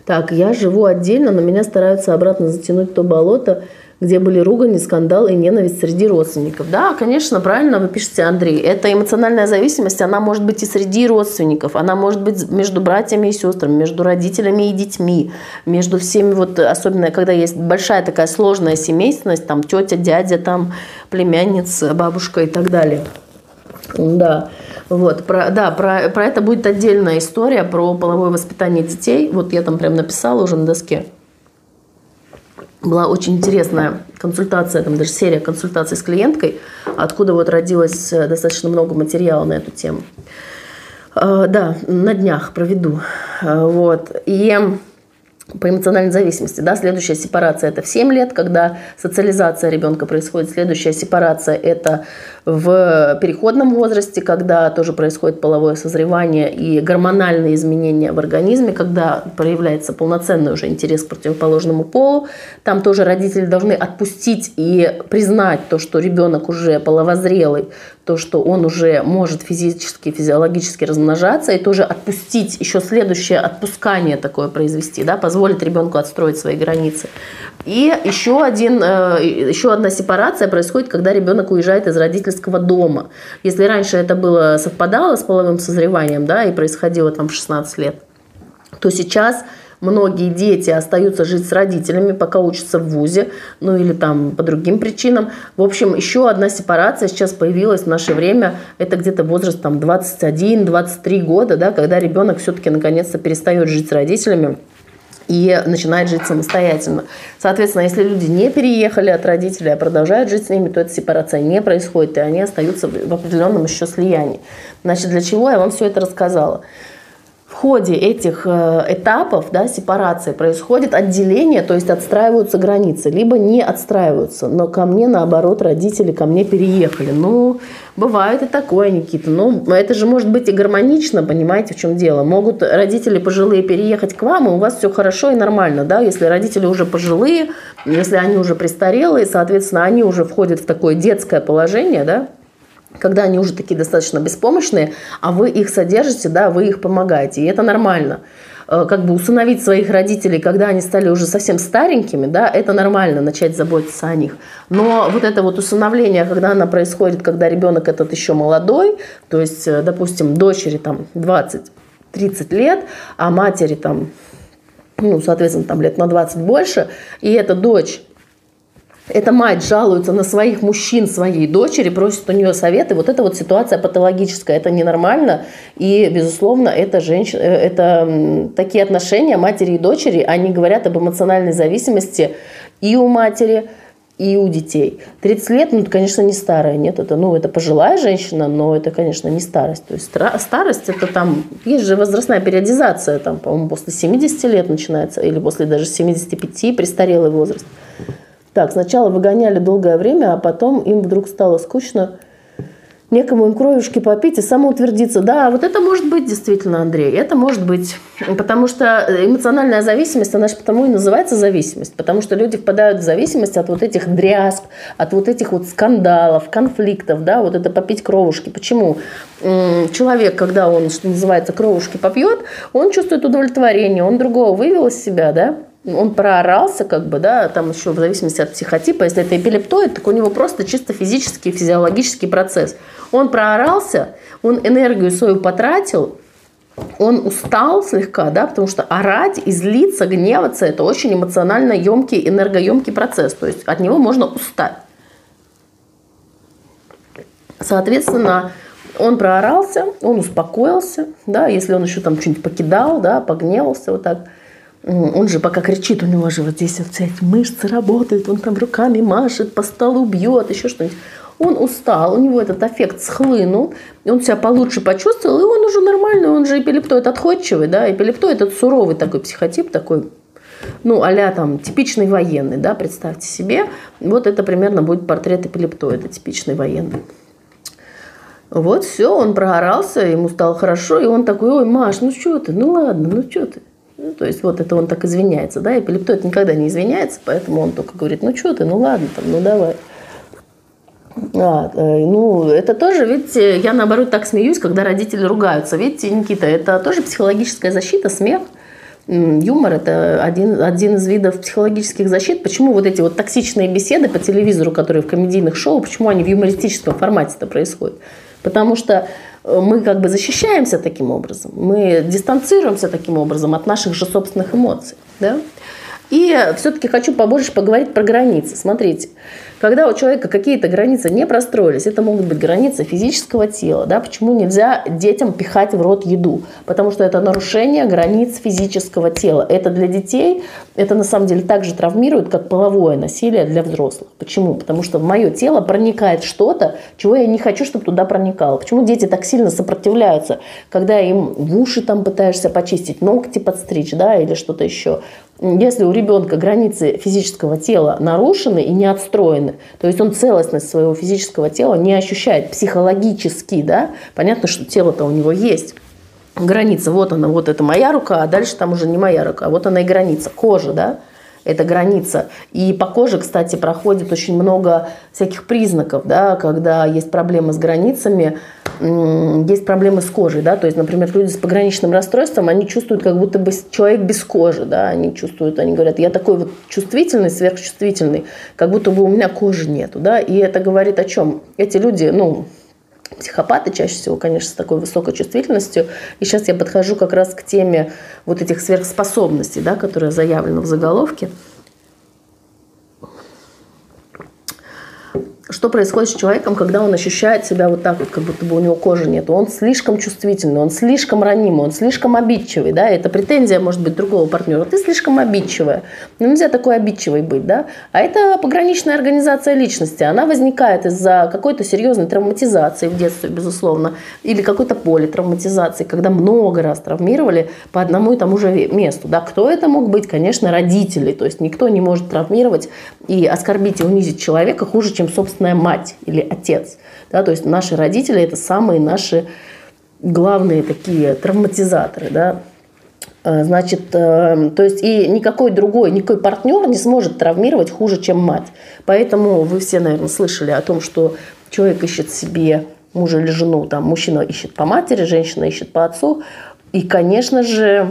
Так, я живу отдельно, но меня стараются обратно затянуть в то болото, где были ругани, скандал и ненависть среди родственников. Да, конечно, правильно вы пишете, Андрей. Эта эмоциональная зависимость, она может быть и среди родственников, она может быть между братьями и сестрами, между родителями и детьми, между всеми, вот особенно когда есть большая такая сложная семейственность, там тетя, дядя, там племянница, бабушка и так далее. Да, вот, про это будет отдельная история, про половое воспитание детей. Вот я там прям написала уже на доске. Была очень интересная консультация, там даже серия консультаций с клиенткой, откуда вот родилось достаточно много материала на эту тему. Да, на днях проведу. Вот. И по эмоциональной зависимости, да, следующая сепарация – это в 7 лет, когда социализация ребенка происходит. Следующая сепарация – это в переходном возрасте, когда тоже происходит половое созревание и гормональные изменения в организме, когда проявляется полноценный уже интерес к противоположному полу. Там тоже родители должны отпустить и признать то, что ребенок уже половозрелый, то, что он уже может физически, физиологически размножаться, и тоже отпустить, еще следующее отпускание такое произвести, да, позволить ребенку отстроить свои границы. И еще одна сепарация происходит, когда ребенок уезжает из родительского дома. Если раньше это было совпадало с половым созреванием, да, и происходило там в 16 лет, то сейчас многие дети остаются жить с родителями, пока учатся в вузе, ну или там по другим причинам. В общем, еще одна сепарация сейчас появилась в наше время. Это где-то возраст там 21-23 года, да, когда ребенок все-таки наконец-то перестает жить с родителями и начинает жить самостоятельно. Соответственно, если люди не переехали от родителей, а продолжают жить с ними, то эта сепарация не происходит, и они остаются в определенном еще слиянии. Значит, для чего я вам все это рассказала? В ходе этих этапов, да, сепарации происходит отделение, то есть отстраиваются границы, либо не отстраиваются, но ко мне, наоборот, родители ко мне переехали. Ну, бывает и такое, Никита. Ну, это же может быть и гармонично, понимаете, в чем дело. Могут родители пожилые переехать к вам, и у вас все хорошо и нормально, да, если родители уже пожилые, если они уже престарелые, соответственно, они уже входят в такое детское положение, да, когда они уже такие достаточно беспомощные, а вы их содержите, да, вы их помогаете, и это нормально. Как бы усыновить своих родителей, когда они стали уже совсем старенькими, да, это нормально, начать заботиться о них. Но вот это вот усыновление, когда оно происходит, когда ребенок этот еще молодой, то есть, допустим, дочери там 20-30 лет, а матери там, ну, соответственно, там лет на 20 больше, и эта дочь, эта мать жалуется на своих мужчин своей дочери, просит у нее советы. Вот эта вот ситуация патологическая, это ненормально. И, безусловно, это такие отношения матери и дочери, они говорят об эмоциональной зависимости и у матери, и у детей. 30 лет, ну, это, конечно, не старая, нет, это пожилая женщина, но это, конечно, не старость. То есть старость, это там, есть же возрастная периодизация, там, по-моему, после 70 лет начинается, или после даже 75, престарелый возраст. Так, сначала выгоняли долгое время, а потом им вдруг стало скучно, некому им кровушки попить и самоутвердиться. Да, вот это может быть действительно, Андрей, это может быть. Потому что эмоциональная зависимость, она же потому и называется зависимость, потому что люди впадают в зависимость от вот этих дрязг, от вот этих вот скандалов, конфликтов, да, вот это попить кровушки. Почему? Человек, когда он, что называется, кровушки попьет, он чувствует удовлетворение, он другого вывел из себя, да, он проорался, как бы, да, там еще в зависимости от психотипа, если это эпилептоид, так у него просто чисто физический, физиологический процесс. Он проорался, он энергию свою потратил, он устал слегка, да, потому что орать, излиться, гневаться – это очень эмоционально емкий, энергоемкий процесс, то есть от него можно устать. Соответственно, он проорался, он успокоился, да, если он еще там что-нибудь покидал, да, погневался вот так. Он же пока кричит, у него же вот здесь вот все эти мышцы работают, он там руками машет, по столу бьет, еще что-нибудь. Он устал, у него этот аффект схлынул, он себя получше почувствовал, и он уже нормальный, он же эпилептоид отходчивый, да, эпилептоид это суровый такой психотип, такой, ну, а-ля там типичный военный, да, представьте себе, вот это примерно будет портрет эпилептоида, типичный военный. Вот все, он проорался, ему стало хорошо, и он такой, ой, Маш, ну что ты, ну ладно, ну что ты. Ну, то есть вот это он так извиняется, да, эпилептоид никогда не извиняется, поэтому он только говорит, ну что ты, ну ладно, там, ну давай. Ну, это тоже, видите, я наоборот так смеюсь, когда родители ругаются. Видите, Никита, это тоже психологическая защита, смех. Юмор – это один из видов психологических защит. Почему вот эти вот токсичные беседы по телевизору, которые в комедийных шоу, почему они в юмористическом формате-то происходят? Потому что мы как бы защищаемся таким образом, мы дистанцируемся таким образом от наших же собственных эмоций. Да? И все-таки хочу побольше поговорить про границы. Смотрите, когда у человека какие-то границы не простроились, это могут быть границы физического тела. Да? Почему нельзя детям пихать в рот еду? Потому что это нарушение границ физического тела. Это для детей, это на самом деле так же травмирует, как половое насилие для взрослых. Почему? Потому что в мое тело проникает что-то, чего я не хочу, чтобы туда проникало. Почему дети так сильно сопротивляются, когда им в уши там пытаешься почистить, ногти подстричь, да, или что-то еще? Если у ребенка границы физического тела нарушены и не отстроены, то есть он целостность своего физического тела не ощущает психологически, да, понятно, что тело-то у него есть. Граница, вот она, вот это моя рука, а дальше там уже не моя рука, вот она и граница, кожа, да. Это граница. И по коже, кстати, проходит очень много всяких признаков, да, когда есть проблемы с границами, есть проблемы с кожей. Да, то есть, например, люди с пограничным расстройством, они чувствуют, как будто бы человек без кожи. Да, они чувствуют, они говорят, я такой вот чувствительный, сверхчувствительный, как будто бы у меня кожи нету. Да, и это говорит о чем? Эти люди, психопаты чаще всего, конечно, с такой высокой чувствительностью. И сейчас я подхожу как раз к теме вот этих сверхспособностей, да, которые заявлены в заголовке. Что происходит с человеком, когда он ощущает себя вот так вот, как будто бы у него кожи нет? Он слишком чувствительный, он слишком ранимый, он слишком обидчивый. Да? Это претензия, может быть, другого партнера. Ты слишком обидчивая. Нельзя такой обидчивой быть. Да? А это пограничная организация личности. Она возникает из-за какой-то серьезной травматизации в детстве, безусловно, или какой-то политравматизации, когда много раз травмировали по одному и тому же месту. Да? Кто это мог быть? Конечно, родители. То есть никто не может травмировать и оскорбить и унизить человека хуже, чем собственная мать или отец. Да, то есть наши родители – это самые наши главные такие травматизаторы. Да. Значит, то есть и никакой партнер не сможет травмировать хуже, чем мать. Поэтому вы все, наверное, слышали о том, что человек ищет себе мужа или жену, там, мужчина ищет по матери, женщина ищет по отцу. И, конечно же,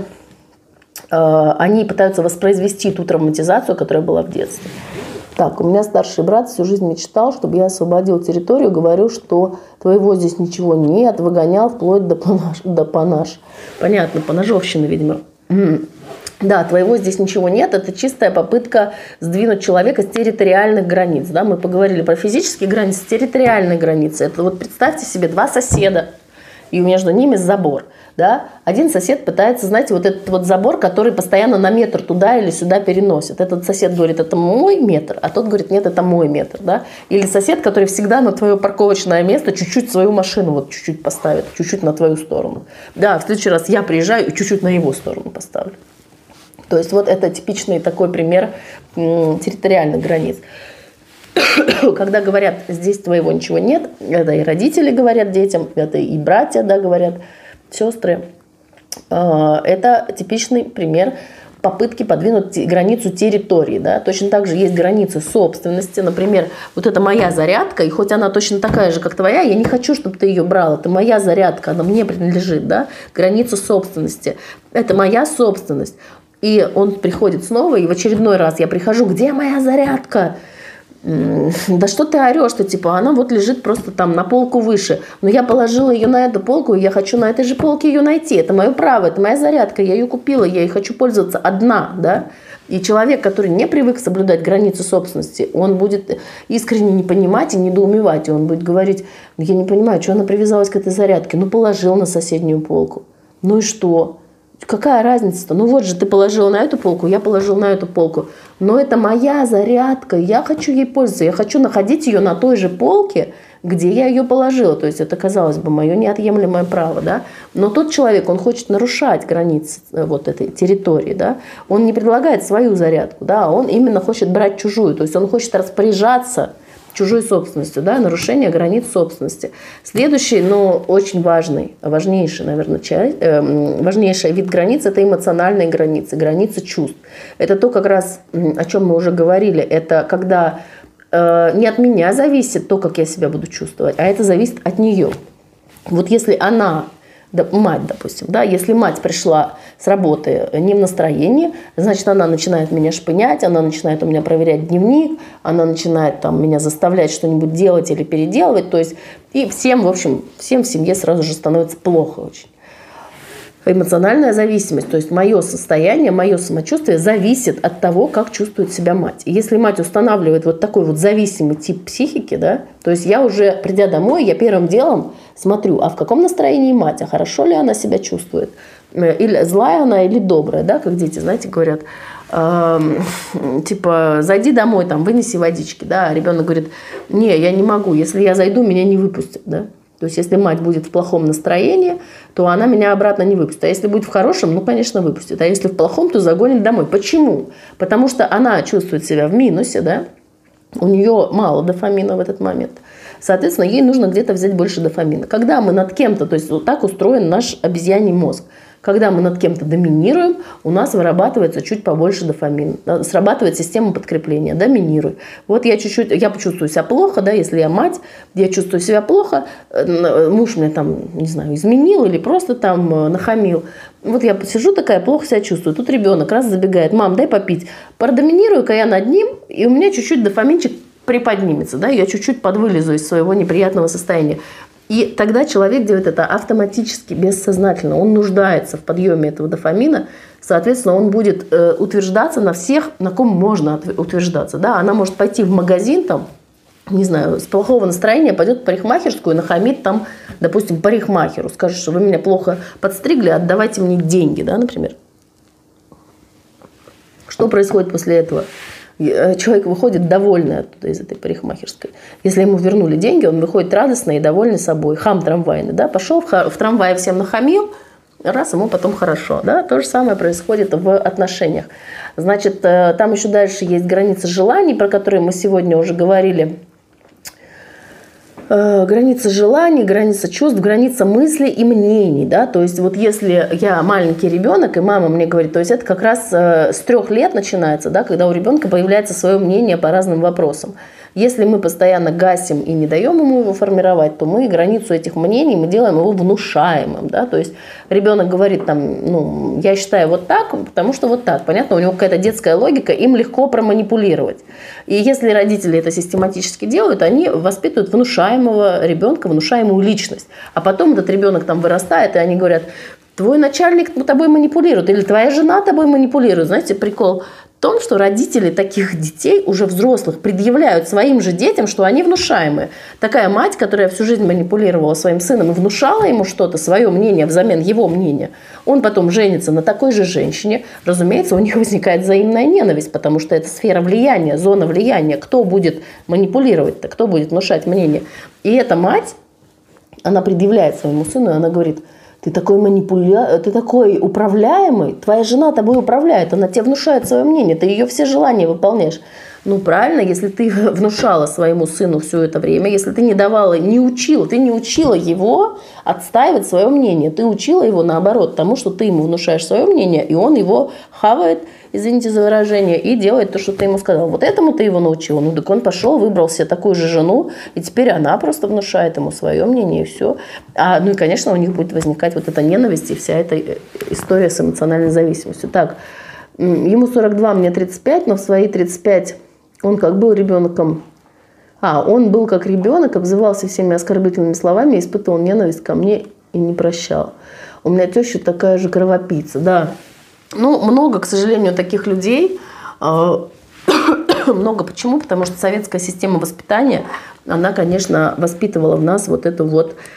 они пытаются воспроизвести ту травматизацию, которая была в детстве. Так, у меня старший брат всю жизнь мечтал, чтобы я освободил территорию, говорю, что твоего здесь ничего нет, выгонял вплоть до панаж. Понятно, поножовщины, видимо. Да, твоего здесь ничего нет, это чистая попытка сдвинуть человека с территориальных границ. Да? Мы поговорили про физические границы, территориальные границы. Это вот представьте себе два соседа, и между ними забор. Да? Один сосед пытается, знаете, вот этот вот забор, который постоянно на метр туда или сюда переносит. Этот сосед говорит, это мой метр, а тот говорит, нет, это мой метр. Да? Или сосед, который всегда на твое парковочное место чуть-чуть свою машину вот чуть-чуть поставит, чуть-чуть на твою сторону. Да, в следующий раз я приезжаю и чуть-чуть на его сторону поставлю. То есть вот это типичный такой пример территориальных границ. Когда говорят, здесь твоего ничего нет, это и родители говорят детям, это и братья, да, говорят, сестры. Это типичный пример попытки подвинуть границу территории. Да? Точно так же есть границы собственности. Например, вот это моя зарядка, и хоть она точно такая же, как твоя, я не хочу, чтобы ты ее брал. Это моя зарядка, она мне принадлежит. Да? Граница собственности. Это моя собственность. И он приходит снова, и в очередной раз я прихожу, где моя зарядка? Да что ты орешь, что типа она вот лежит просто там на полку выше. Но я положила ее на эту полку, и я хочу на этой же полке ее найти. Это мое право, это моя зарядка, я ее купила, я ей хочу пользоваться одна, да. И человек, который не привык соблюдать границы собственности, он будет искренне не понимать и недоумевать. И он будет говорить, я не понимаю, что она привязалась к этой зарядке. Ну, положил на соседнюю полку. Ну и что? Какая разница-то? Ну вот же ты положила на эту полку, я положил на эту полку. Но это моя зарядка, я хочу ей пользоваться. Я хочу находить ее на той же полке, где я ее положила. То есть это, казалось бы, мое неотъемлемое право. Да? Но тот человек, он хочет нарушать границы вот этой территории. Да? Он не предлагает свою зарядку, да? Он именно хочет брать чужую. То есть он хочет распоряжаться чужой собственностью, да, нарушение границ собственности. Следующий, но очень важнейший, наверное, важнейший вид границ – это эмоциональные границы, границы чувств. Это то, как раз, о чем мы уже говорили, это когда не от меня зависит то, как я себя буду чувствовать, а это зависит от нее. Вот если она мать, допустим, да, если мать пришла с работы не в настроении, значит, она начинает меня шпынять, она начинает у меня проверять дневник, она начинает там меня заставлять что-нибудь делать или переделывать, то есть, и всем, в общем, всем в семье сразу же становится плохо очень. Эмоциональная зависимость, то есть мое состояние, мое самочувствие зависит от того, как чувствует себя мать. И если мать устанавливает вот такой вот зависимый тип психики, да, то есть я уже, придя домой, я первым делом смотрю, а в каком настроении мать, а хорошо ли она себя чувствует, или злая она, или добрая, да, как дети, знаете, говорят, типа, зайди домой, там, вынеси водички, да, а ребенок говорит, не, я не могу, если я зайду, меня не выпустят, да. То есть, если мать будет в плохом настроении, то она меня обратно не выпустит. А если будет в хорошем, ну, конечно, выпустит. А если в плохом, то загонит домой. Почему? Потому что она чувствует себя в минусе, да? У нее мало дофамина в этот момент. Соответственно, ей нужно где-то взять больше дофамина. Когда мы над кем-то, то есть вот так устроен наш обезьяний мозг. Когда мы над кем-то доминируем, у нас вырабатывается чуть побольше дофамина. Срабатывает система подкрепления, доминируй. Вот я почувствую себя плохо, да, если я мать, я чувствую себя плохо, муж меня там, не знаю, изменил или просто там нахамил. Вот я сижу такая, плохо себя чувствую. Тут ребенок раз забегает, мам, дай попить. Продоминирую-ка я над ним, и у меня чуть-чуть дофаминчик приподнимется, да, я чуть-чуть подвылезу из своего неприятного состояния. И тогда человек делает это автоматически, бессознательно. Он нуждается в подъеме этого дофамина. Соответственно, он будет утверждаться на всех, на ком можно утверждаться. Да? Она может пойти в магазин, там, не знаю, с плохого настроения, пойдет в парикмахерскую и нахамит там, допустим, парикмахеру. Скажет, что вы меня плохо подстригли, отдавайте мне деньги, да, например. Что происходит после этого? Человек выходит довольный оттуда из этой парикмахерской. Если ему вернули деньги, он выходит радостный и довольный собой. Хам трамвайный, да, пошел в трамвае, всем нахамил, раз, ему потом хорошо, да. То же самое происходит в отношениях. Значит, там еще дальше есть границы желаний, про которые мы сегодня уже говорили. Граница желаний, граница чувств, граница мыслей и мнений, да, то есть вот если я маленький ребенок, и мама мне говорит, то есть это как раз с 3 лет начинается, да, когда у ребенка появляется свое мнение по разным вопросам. Если мы постоянно гасим и не даем ему его формировать, то мы границу этих мнений, мы делаем его внушаемым, да, то есть ребенок говорит там, ну, я считаю вот так, потому что вот так, понятно, у него какая-то детская логика, им легко проманипулировать. И если родители это систематически делают, они воспитывают внушаемого ребенка, внушаемую личность, а потом этот ребенок там вырастает, и они говорят, твой начальник тобой манипулирует, или твоя жена тобой манипулирует, знаете, прикол в том, что родители таких детей, уже взрослых, предъявляют своим же детям, что они внушаемые. Такая мать, которая всю жизнь манипулировала своим сыном и внушала ему что-то, свое мнение взамен его мнения, он потом женится на такой же женщине, разумеется, у них возникает взаимная ненависть, потому что это сфера влияния, зона влияния. Кто будет манипулировать-то, кто будет внушать мнение? И эта мать, она предъявляет своему сыну, и она говорит, ты такой управляемый, твоя жена тобой управляет, она тебе внушает свое мнение, ты ее все желания выполняешь. Ну, правильно, если ты внушала своему сыну все это время, если ты не учила его отстаивать свое мнение, ты учила его, наоборот, тому, что ты ему внушаешь свое мнение, и он его хавает, извините за выражение, и делает то, что ты ему сказал. Вот этому ты его научила. Ну, так он пошел, выбрал себе такую же жену, и теперь она просто внушает ему свое мнение, и все. Ну и, конечно, у них будет возникать вот эта ненависть и вся эта история с эмоциональной зависимостью. Так, ему 42, мне 35, но в свои 35 он как был ребенком. Он был как ребенок, обзывался всеми оскорбительными словами, испытывал ненависть ко мне и не прощал. У меня теща такая же кровопийца, да. Ну, много, к сожалению, таких людей. Много почему? Потому что советская система воспитания, она, конечно, воспитывала в нас вот это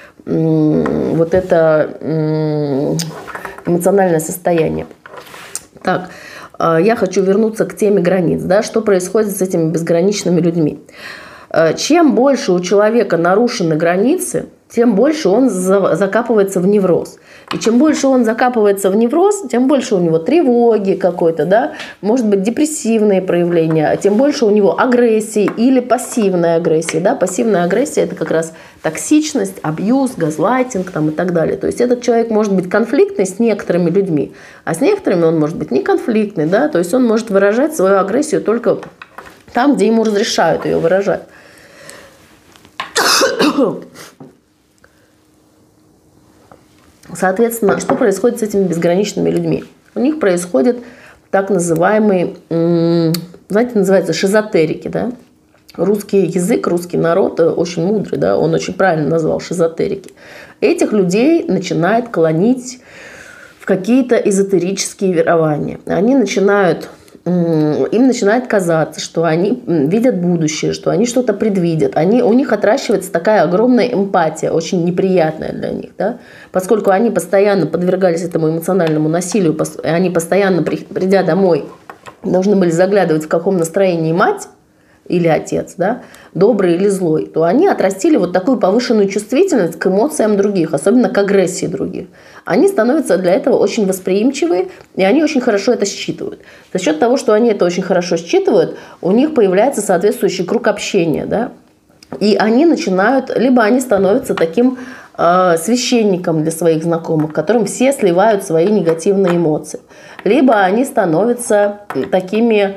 эмоциональное состояние. Так, я хочу вернуться к теме границ. Да, что происходит с этими безграничными людьми? Чем больше у человека нарушены границы, тем больше он закапывается в невроз. И чем больше он закапывается в невроз, тем больше у него тревоги какой-то, да, может быть, депрессивные проявления, тем больше у него агрессии или пассивная агрессия. Да. Пассивная агрессия – это как раз токсичность, абьюз, газлайтинг там, и так далее. То есть этот человек может быть конфликтный с некоторыми людьми, а с некоторыми он может быть не конфликтный. Да. То есть он может выражать свою агрессию только там, где ему разрешают ее выражать. Соответственно, что происходит с этими безграничными людьми? У них происходит так называемый, знаете, называется шизотерики, да? Русский язык, русский народ очень мудрый, да, он очень правильно назвал шизотерики. Этих людей начинает клонить в какие-то эзотерические верования. Им начинает казаться, что они видят будущее, что они что-то предвидят. У них отращивается такая огромная эмпатия, очень неприятная для них, да? Поскольку они постоянно подвергались этому эмоциональному насилию, они постоянно, придя домой, должны были заглядывать, в каком настроении мать или отец, да, добрый или злой, то они отрастили вот такую повышенную чувствительность к эмоциям других, особенно к агрессии других. Они становятся для этого очень восприимчивы, и они очень хорошо это считывают. За счет того, что они это очень хорошо считывают, у них появляется соответствующий круг общения, да, и они начинают, либо они становятся таким священником для своих знакомых, которым все сливают свои негативные эмоции, либо они становятся такими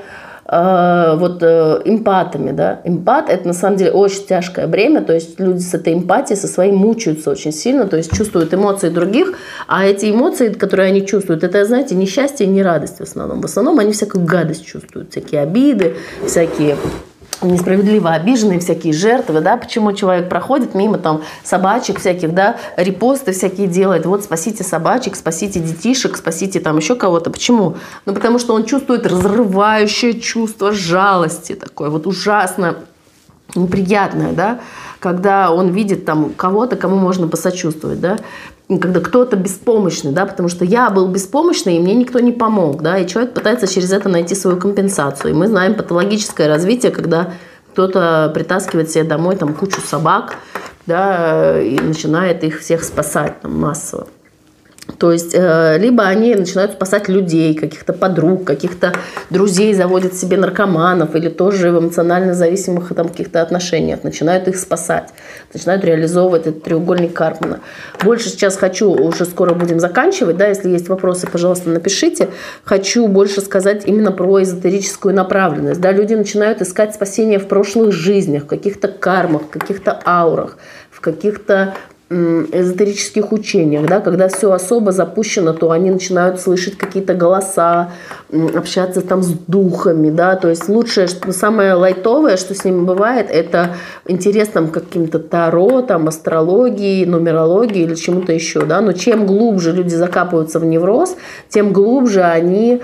эмпатами, да. Эмпат – это на самом деле очень тяжкое бремя, то есть люди с этой эмпатией со своей мучаются очень сильно, то есть чувствуют эмоции других, а эти эмоции, которые они чувствуют, это, знаете, не счастье и не радость в основном. В основном они всякую гадость чувствуют, всякие обиды, всякие несправедливо обиженные, всякие жертвы, да, почему человек проходит мимо там собачек всяких, да, репосты всякие делает, вот спасите собачек, спасите детишек, спасите там еще кого-то. Почему? Ну, потому что он чувствует разрывающее чувство жалости, такое вот ужасно неприятное, да, когда он видит там кого-то, кому можно посочувствовать, да, когда кто-то беспомощный, да, потому что я был беспомощный, и мне никто не помог, да, и человек пытается через это найти свою компенсацию. И мы знаем патологическое развитие, когда кто-то притаскивает себе домой там кучу собак, да, и начинает их всех спасать там массово. То есть, либо они начинают спасать людей, каких-то подруг, каких-то друзей, заводят себе наркоманов или тоже в эмоционально зависимых там, каких-то отношениях, начинают их спасать, начинают реализовывать этот треугольник Карпмана. Больше сейчас хочу, уже скоро будем заканчивать, да, если есть вопросы, пожалуйста, напишите. Хочу больше сказать именно про эзотерическую направленность. Да, люди начинают искать спасение в прошлых жизнях, в каких-то кармах, в каких-то аурах, в каких-то эзотерических учениях, да, когда все особо запущено, то они начинают слышать какие-то голоса, общаться там с духами, да, то есть лучшее, самое лайтовое, что с ними бывает, это интерес там к каким-то таро, там, астрологии, нумерологии или чему-то еще, да, но чем глубже люди закапываются в невроз, тем глубже они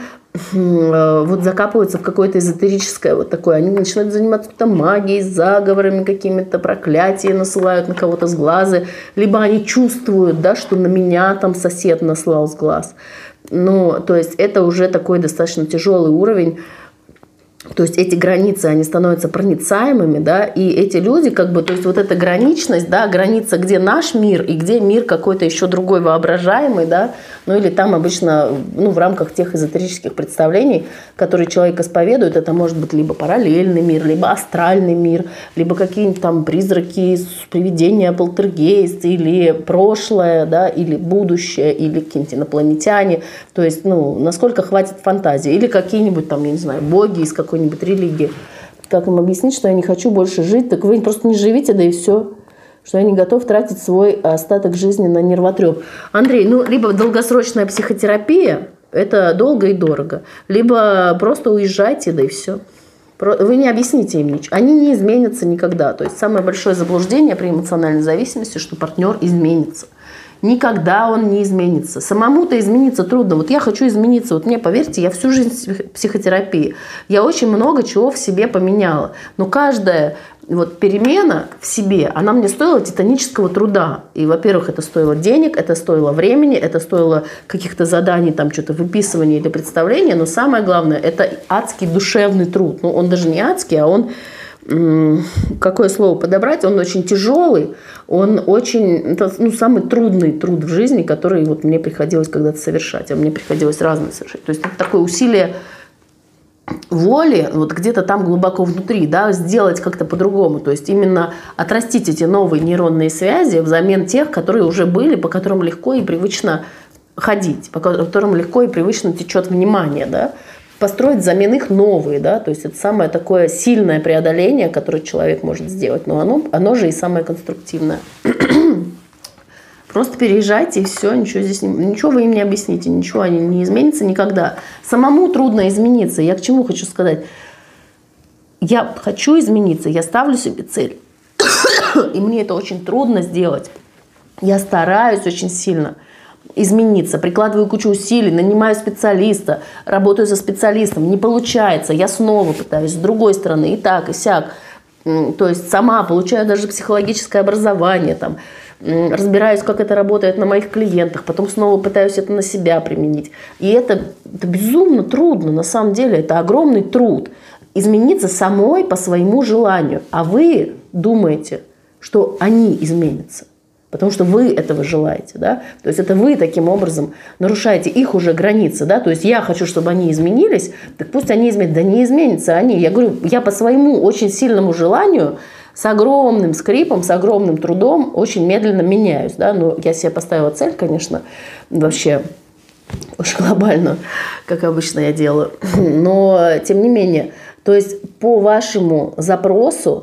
вот закапываются в какое-то эзотерическое вот такое. Они начинают заниматься там магией, заговорами какими-то, проклятия насылают на кого-то с глаза. Либо они чувствуют, да, что на меня там сосед наслал с глаз. Ну, то есть это уже такой достаточно тяжелый уровень. То есть эти границы, они становятся проницаемыми, да, и эти люди, как бы, то есть вот эта граничность, да, граница, где наш мир и где мир какой-то еще другой воображаемый, да, ну или там обычно, ну, в рамках тех эзотерических представлений, которые человек исповедует, это может быть либо параллельный мир, либо астральный мир, либо какие-нибудь там призраки, привидения, полтергейст, или прошлое, да, или будущее, или какие-нибудь инопланетяне, то есть, ну, насколько хватит фантазии, или какие-нибудь там, я не знаю, боги из какой-нибудь религии. Как им объяснить, что я не хочу больше жить? Так вы просто не живите, да и все. Что я не готов тратить свой остаток жизни на нервотреп. Андрей, ну, либо долгосрочная психотерапия, это долго и дорого, либо просто уезжайте, да и все. Вы не объясните им ничего. Они не изменятся никогда. То есть самое большое заблуждение при эмоциональной зависимости, что партнер изменится. Никогда он не изменится. Самому-то измениться трудно. Вот я хочу измениться. Вот мне, поверьте, я всю жизнь в психотерапии. Я очень много чего в себе поменяла. Но каждая вот перемена в себе, она мне стоила титанического труда. И, во-первых, это стоило денег, это стоило времени, это стоило каких-то заданий, там что-то выписывания или представления. Но самое главное, это адский душевный труд. Ну, он даже не адский, а он... какое слово подобрать, он очень тяжелый, он очень, это, ну, самый трудный труд в жизни, который вот мне приходилось когда-то совершать, а мне приходилось разные совершать. То есть это такое усилие воли, вот где-то там глубоко внутри, да, сделать как-то по-другому, то есть именно отрастить эти новые нейронные связи взамен тех, которые уже были, по которым легко и привычно ходить, по которым легко и привычно течет внимание, да, построить взамен их новые, да, то есть это самое такое сильное преодоление, которое человек может сделать, но оно же и самое конструктивное. Просто переезжайте, и все, ничего вы им не объясните, ничего они не изменится никогда. Самому трудно измениться. Я к чему хочу сказать? Я хочу измениться, я ставлю себе цель. И мне это очень трудно сделать. Я стараюсь очень сильно измениться, прикладываю кучу усилий, нанимаю специалиста, работаю со специалистом, не получается, я снова пытаюсь с другой стороны, и так, и сяк. То есть сама получаю даже психологическое образование, там, разбираюсь, как это работает на моих клиентах, потом снова пытаюсь это на себя применить. И это безумно трудно, на самом деле, это огромный труд. Измениться самой по своему желанию. А вы думаете, что они изменятся, потому что вы этого желаете, да? То есть это вы таким образом нарушаете их уже границы, да? То есть я хочу, чтобы они изменились, так пусть они изменятся. Да не изменятся они. Я говорю, я по своему очень сильному желанию с огромным скрипом, с огромным трудом очень медленно меняюсь, да? Но я себе поставила цель, конечно, вообще очень глобально, как обычно я делаю. Но тем не менее, то есть по вашему запросу,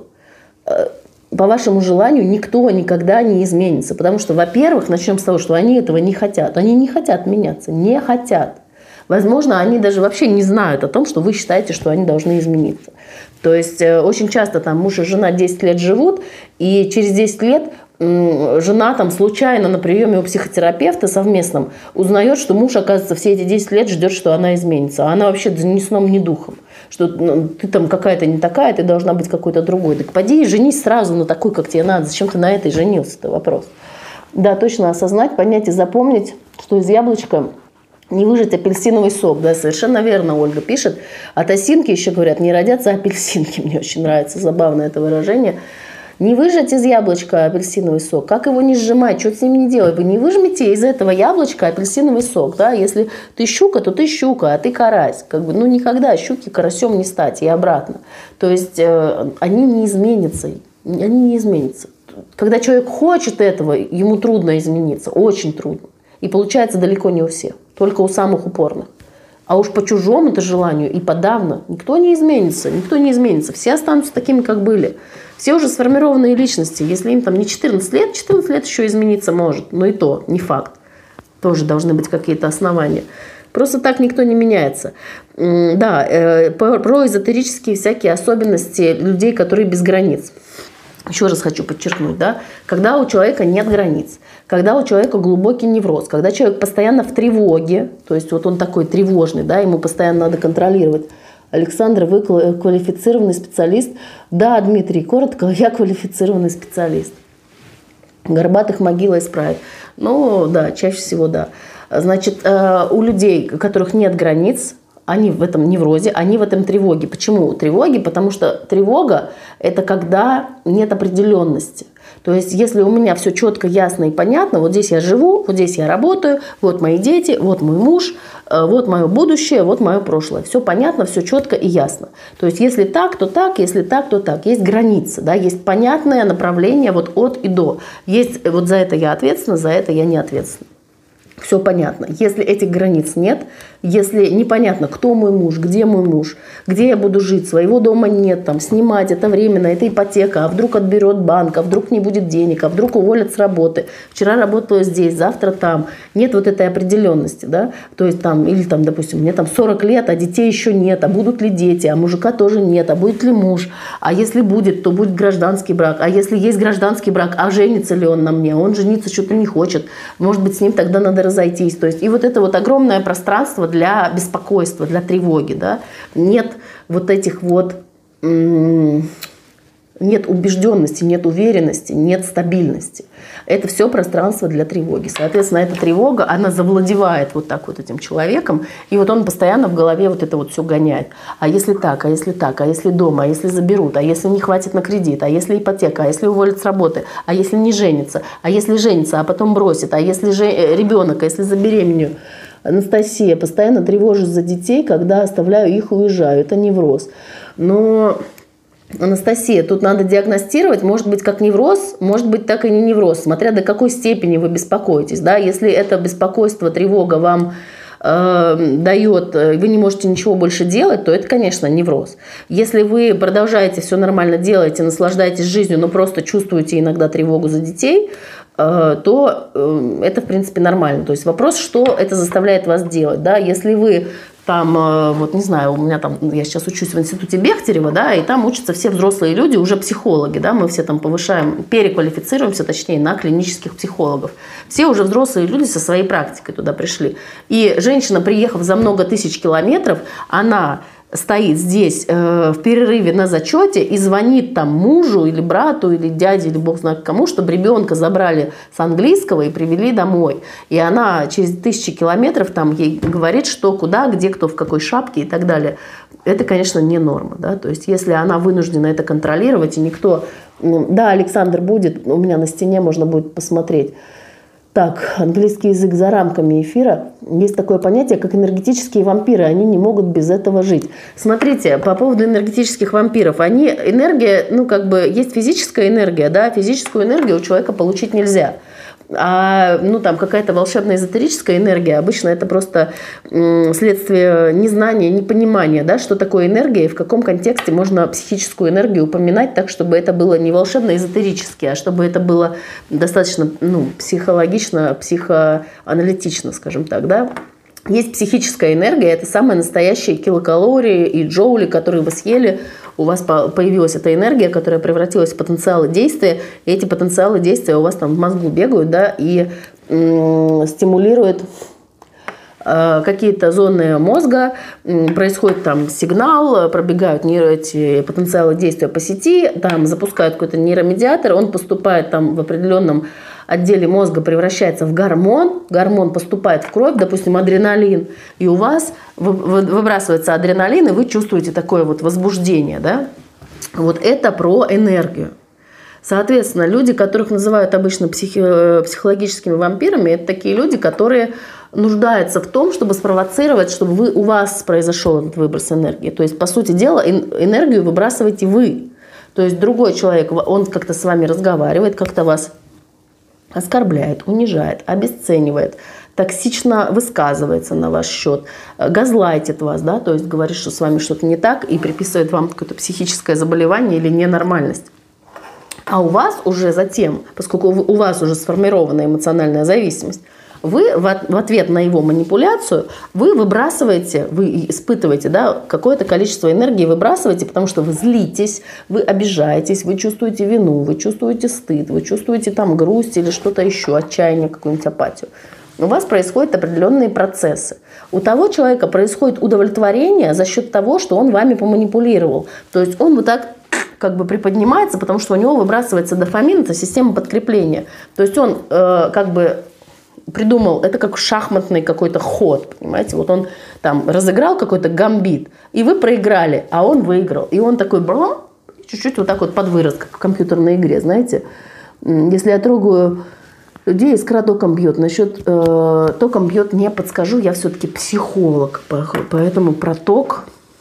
по вашему желанию никто никогда не изменится. Потому что, во-первых, начнем с того, что они этого не хотят. Они не хотят меняться, не хотят. Возможно, они даже вообще не знают о том, что вы считаете, что они должны измениться. То есть очень часто там муж и жена 10 лет живут, и через 10 лет жена там случайно на приеме у психотерапевта совместном узнает, что муж, оказывается, все эти 10 лет ждет, что она изменится. А она вообще ни сном, ни духом. Что ты там какая-то не такая, ты должна быть какой-то другой. Так поди и женись сразу на такой, как тебе надо. Зачем ты на этой женился? Это вопрос. Да, точно осознать, понять и запомнить, что из яблочка не выжать апельсиновый сок. Да, совершенно верно Ольга пишет. От осинки еще говорят, не родятся апельсинки. Мне очень нравится, забавно это выражение. Не выжать из яблочка апельсиновый сок. Как его не сжимать, что с ним не делать? Вы не выжмите из этого яблочка апельсиновый сок. Да? Если ты щука, то ты щука, а ты карась. Никогда щуки карасем не стать и обратно. То есть они не изменятся. Они не изменятся. Когда человек хочет этого, ему трудно измениться. Очень трудно. И получается далеко не у всех. Только у самых упорных. А уж по чужому-то желанию и подавно никто не изменится. Никто не изменится. Все останутся такими, как были. Все уже сформированные личности. Если им там не 14 лет еще измениться может. Но и то не факт. Тоже должны быть какие-то основания. Просто так никто не меняется. Да, про эзотерические всякие особенности людей, которые без границ. Еще раз хочу подчеркнуть, да, когда у человека нет границ, когда у человека глубокий невроз, когда человек постоянно в тревоге, то есть вот он такой тревожный, да, ему постоянно надо контролировать. Александр, вы квалифицированный специалист? Да, Дмитрий, коротко, я квалифицированный специалист. Горбатых могила исправит. Ну, да, чаще всего да. Значит, у людей, у которых нет границ, они в этом неврозе, они в этом тревоге. Почему тревоги? Потому что тревога – это когда нет определенности. То есть, если у меня все четко, ясно и понятно, вот здесь я живу, вот здесь я работаю, вот мои дети, вот мой муж, вот мое будущее, вот мое прошлое. Все понятно, все четко и ясно. То есть, если так, то так, если так, то так. Есть границы, да, есть понятное направление вот от и до. Есть вот за это я ответственна, за это я не ответственна. Все понятно. Если этих границ нет, если непонятно, кто мой муж, где я буду жить, своего дома нет, там, снимать, это временно, это ипотека, а вдруг отберет банк, а вдруг не будет денег, а вдруг уволят с работы. Вчера работала здесь, завтра там. Нет вот этой определенности, да, то есть там, или там, допустим, мне там 40 лет, а детей еще нет, а будут ли дети, а мужика тоже нет, а будет ли муж, а если будет, то будет гражданский брак, а если есть гражданский брак, а женится ли он на мне, он жениться что-то не хочет, может быть, с ним тогда надо разойтись. То есть, и вот это вот огромное пространство для беспокойства, для тревоги. Да? Нет вот этих вот, нет убежденности, нет уверенности, нет стабильности. Это все пространство для тревоги. Соответственно, эта тревога, она завладевает вот так вот этим человеком, и вот он постоянно в голове вот это вот все гоняет. А если так, а если так, а если дома, а если заберут, а если не хватит на кредит, а если ипотека, а если уволят с работы, а если не женится, а потом бросит, а если ребенок, а если забеременею. Анастасия, постоянно тревожусь за детей, когда оставляю их и уезжаю. Это невроз. Но, Анастасия, тут надо диагностировать, может быть, как невроз, может быть, так и не невроз, смотря до какой степени вы беспокоитесь. Да? Если это беспокойство, тревога вам дает, вы не можете ничего больше делать, то это, конечно, невроз. Если вы продолжаете все нормально делать и наслаждаетесь жизнью, но просто чувствуете иногда тревогу за детей, то это, в принципе, нормально. То есть вопрос, что это заставляет вас делать. Да? Если вы там, вот не знаю, у меня там, я сейчас учусь в институте Бехтерева, да, и там учатся все взрослые люди, уже психологи, да, мы все там повышаем, переквалифицируемся, точнее, на клинических психологов. Все уже взрослые люди со своей практикой туда пришли. И женщина, приехав за много тысяч километров, она стоит здесь в перерыве на зачете и звонит там мужу или брату, или дяде, или бог знает кому, чтобы ребенка забрали с английского и привели домой. И она через тысячи километров там ей говорит, что куда, где, кто в какой шапке и так далее. Это, конечно, не норма. Да? То есть если она вынуждена это контролировать, и никто... Да, Александр будет, у меня на стене можно будет посмотреть. Так, английский язык за рамками эфира. Есть такое понятие, как энергетические вампиры. Они не могут без этого жить. Смотрите, по поводу энергетических вампиров. Они, энергия, ну, как бы, есть физическая энергия, да, физическую энергию у человека получить нельзя. А, ну, там, какая-то волшебная эзотерическая энергия, обычно это просто следствие незнания, непонимания, да, что такое энергия и в каком контексте можно психическую энергию упоминать так, чтобы это было не волшебно-эзотерически, а чтобы это было достаточно, ну, психологично, психоаналитично, скажем так, да. Есть психическая энергия, это самые настоящие килокалории и джоули, которые вы съели. У вас появилась эта энергия, которая превратилась в потенциалы действия. И эти потенциалы действия у вас там в мозгу бегают, да, и стимулируют какие-то зоны мозга, происходит там сигнал, пробегают эти потенциалы действия по сети, там запускают какой-то нейромедиатор, он поступает там в определенном отделе мозга, превращается в гормон, гормон поступает в кровь, допустим, адреналин, и у вас выбрасывается адреналин, и вы чувствуете такое вот возбуждение, да? Вот это про энергию. Соответственно, люди, которых называют обычно психологическими вампирами, это такие люди, которые нуждаются в том, чтобы спровоцировать, чтобы у вас произошел этот выброс энергии. То есть, по сути дела, энергию выбрасываете вы. То есть другой человек, он как-то с вами разговаривает, как-то вас оскорбляет, унижает, обесценивает, токсично высказывается на ваш счет, газлайтит вас, да, то есть говорит, что с вами что-то не так и приписывает вам какое-то психическое заболевание или ненормальность. А у вас уже затем, поскольку у вас уже сформирована эмоциональная зависимость, вы в ответ на его манипуляцию, вы выбрасываете, вы испытываете, да, какое-то количество энергии выбрасываете, потому что вы злитесь, вы обижаетесь, вы чувствуете вину, вы чувствуете стыд, вы чувствуете там грусть или что-то еще, отчаяние, какую-нибудь апатию. У вас происходят определенные процессы. У того человека происходит удовлетворение за счет того, что он вами поманипулировал. То есть он вот так как бы приподнимается, потому что у него выбрасывается дофамин, это система подкрепления. То есть он как бы придумал, это как шахматный какой-то ход, понимаете, вот он там разыграл какой-то гамбит, и вы проиграли, а он выиграл. И он такой, чуть-чуть вот так вот подвырос, как в компьютерной игре, знаете. Если я трогаю людей, искра током бьет. Насчет током бьет не подскажу, я все-таки психолог, поэтому про ток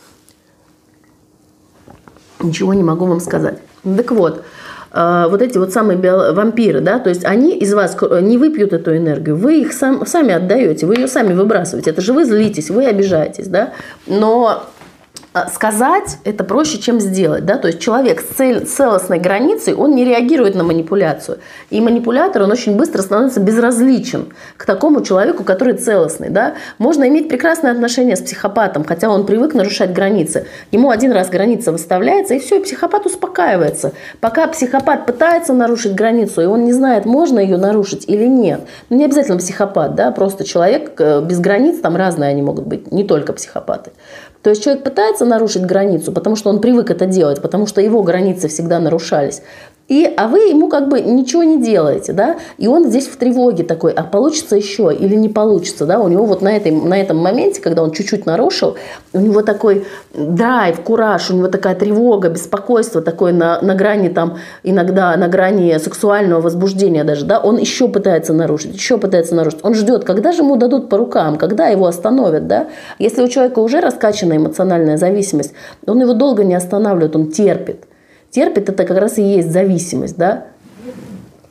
ничего не могу вам сказать. Так вот, вот эти вот самые вампиры, да, то есть они из вас не выпьют эту энергию, вы их сами отдаете, вы ее сами выбрасываете. Это же вы злитесь, вы обижаетесь, да, но сказать это проще, чем сделать, да, то есть человек с целостной границей, он не реагирует на манипуляцию, и манипулятор, он очень быстро становится безразличен к такому человеку, который целостный, да, можно иметь прекрасные отношения с психопатом, хотя он привык нарушать границы, ему один раз граница выставляется, и все, и психопат успокаивается, пока психопат пытается нарушить границу, и он не знает, можно ее нарушить или нет, ну, не обязательно психопат, да, просто человек без границ, там разные они могут быть, не только психопаты. То есть человек пытается нарушить границу, потому что он привык это делать, потому что его границы всегда нарушались. А вы ему как бы ничего не делаете, да, и он здесь в тревоге такой, а получится еще или не получится, да, у него вот на этом моменте, когда он чуть-чуть нарушил, у него такой драйв, кураж, у него такая тревога, беспокойство такое на грани там, иногда на грани сексуального возбуждения даже, да, он еще пытается нарушить, он ждет, когда же ему дадут по рукам, когда его остановят, да, если у человека уже раскачана эмоциональная зависимость, он его долго не останавливает, он терпит. Терпит — это как раз и есть зависимость, да?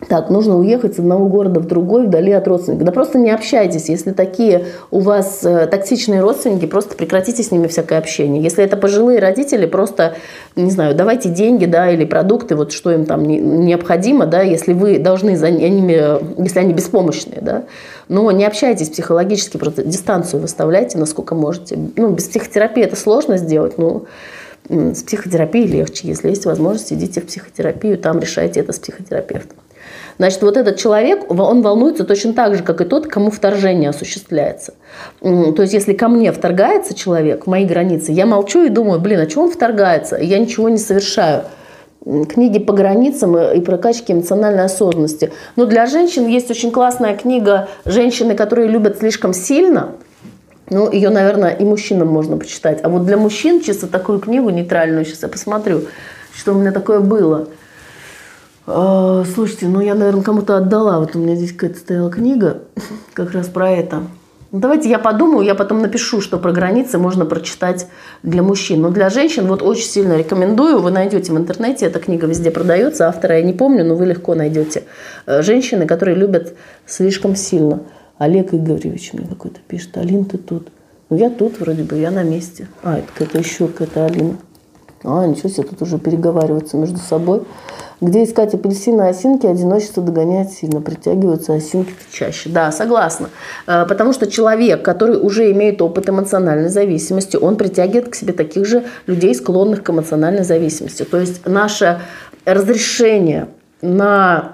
Так, нужно уехать с одного города в другой, вдали от родственников. Да просто не общайтесь. Если такие у вас токсичные родственники, просто прекратите с ними всякое общение. Если это пожилые родители, просто, не знаю, давайте деньги, да, или продукты, вот что им там необходимо, да, если вы должны за ними, если они беспомощные, да. Но не общайтесь психологически, просто дистанцию выставляйте, насколько можете. Ну, без психотерапии это сложно сделать, но с психотерапией легче. Если есть возможность, идите в психотерапию, там решайте это с психотерапевтом. Значит, вот этот человек, он волнуется точно так же, как и тот, кому вторжение осуществляется. То есть, если ко мне вторгается человек в мои границы, я молчу и думаю, блин, а чего он вторгается? Я ничего не совершаю. Книги по границам и прокачке эмоциональной осознанности. Но для женщин есть очень классная книга «Женщины, которые любят слишком сильно». Ну, ее, наверное, и мужчинам можно почитать. А вот для мужчин чисто такую книгу нейтральную, сейчас я посмотрю, что у меня такое было. Слушайте, ну я, наверное, кому-то отдала. Вот у меня здесь какая-то стояла книга как раз про это. Ну, давайте я подумаю, я потом напишу, что про границы можно прочитать для мужчин. Но для женщин вот очень сильно рекомендую. Вы найдете в интернете, эта книга везде продается. Автора я не помню, но вы легко найдете. Женщины, которые любят слишком сильно. Олег Игоревич мне какой-то пишет. Алин, ты тут? Ну, я тут вроде бы, я на месте. Это какая-то еще какая-то Алина. Ничего себе, тут уже переговариваются между собой. Где искать апельсины, осинки, одиночество догоняет сильно, притягиваются осинки-то чаще. Да, согласна. Потому что человек, который уже имеет опыт эмоциональной зависимости, он притягивает к себе таких же людей, склонных к эмоциональной зависимости. То есть наше разрешение на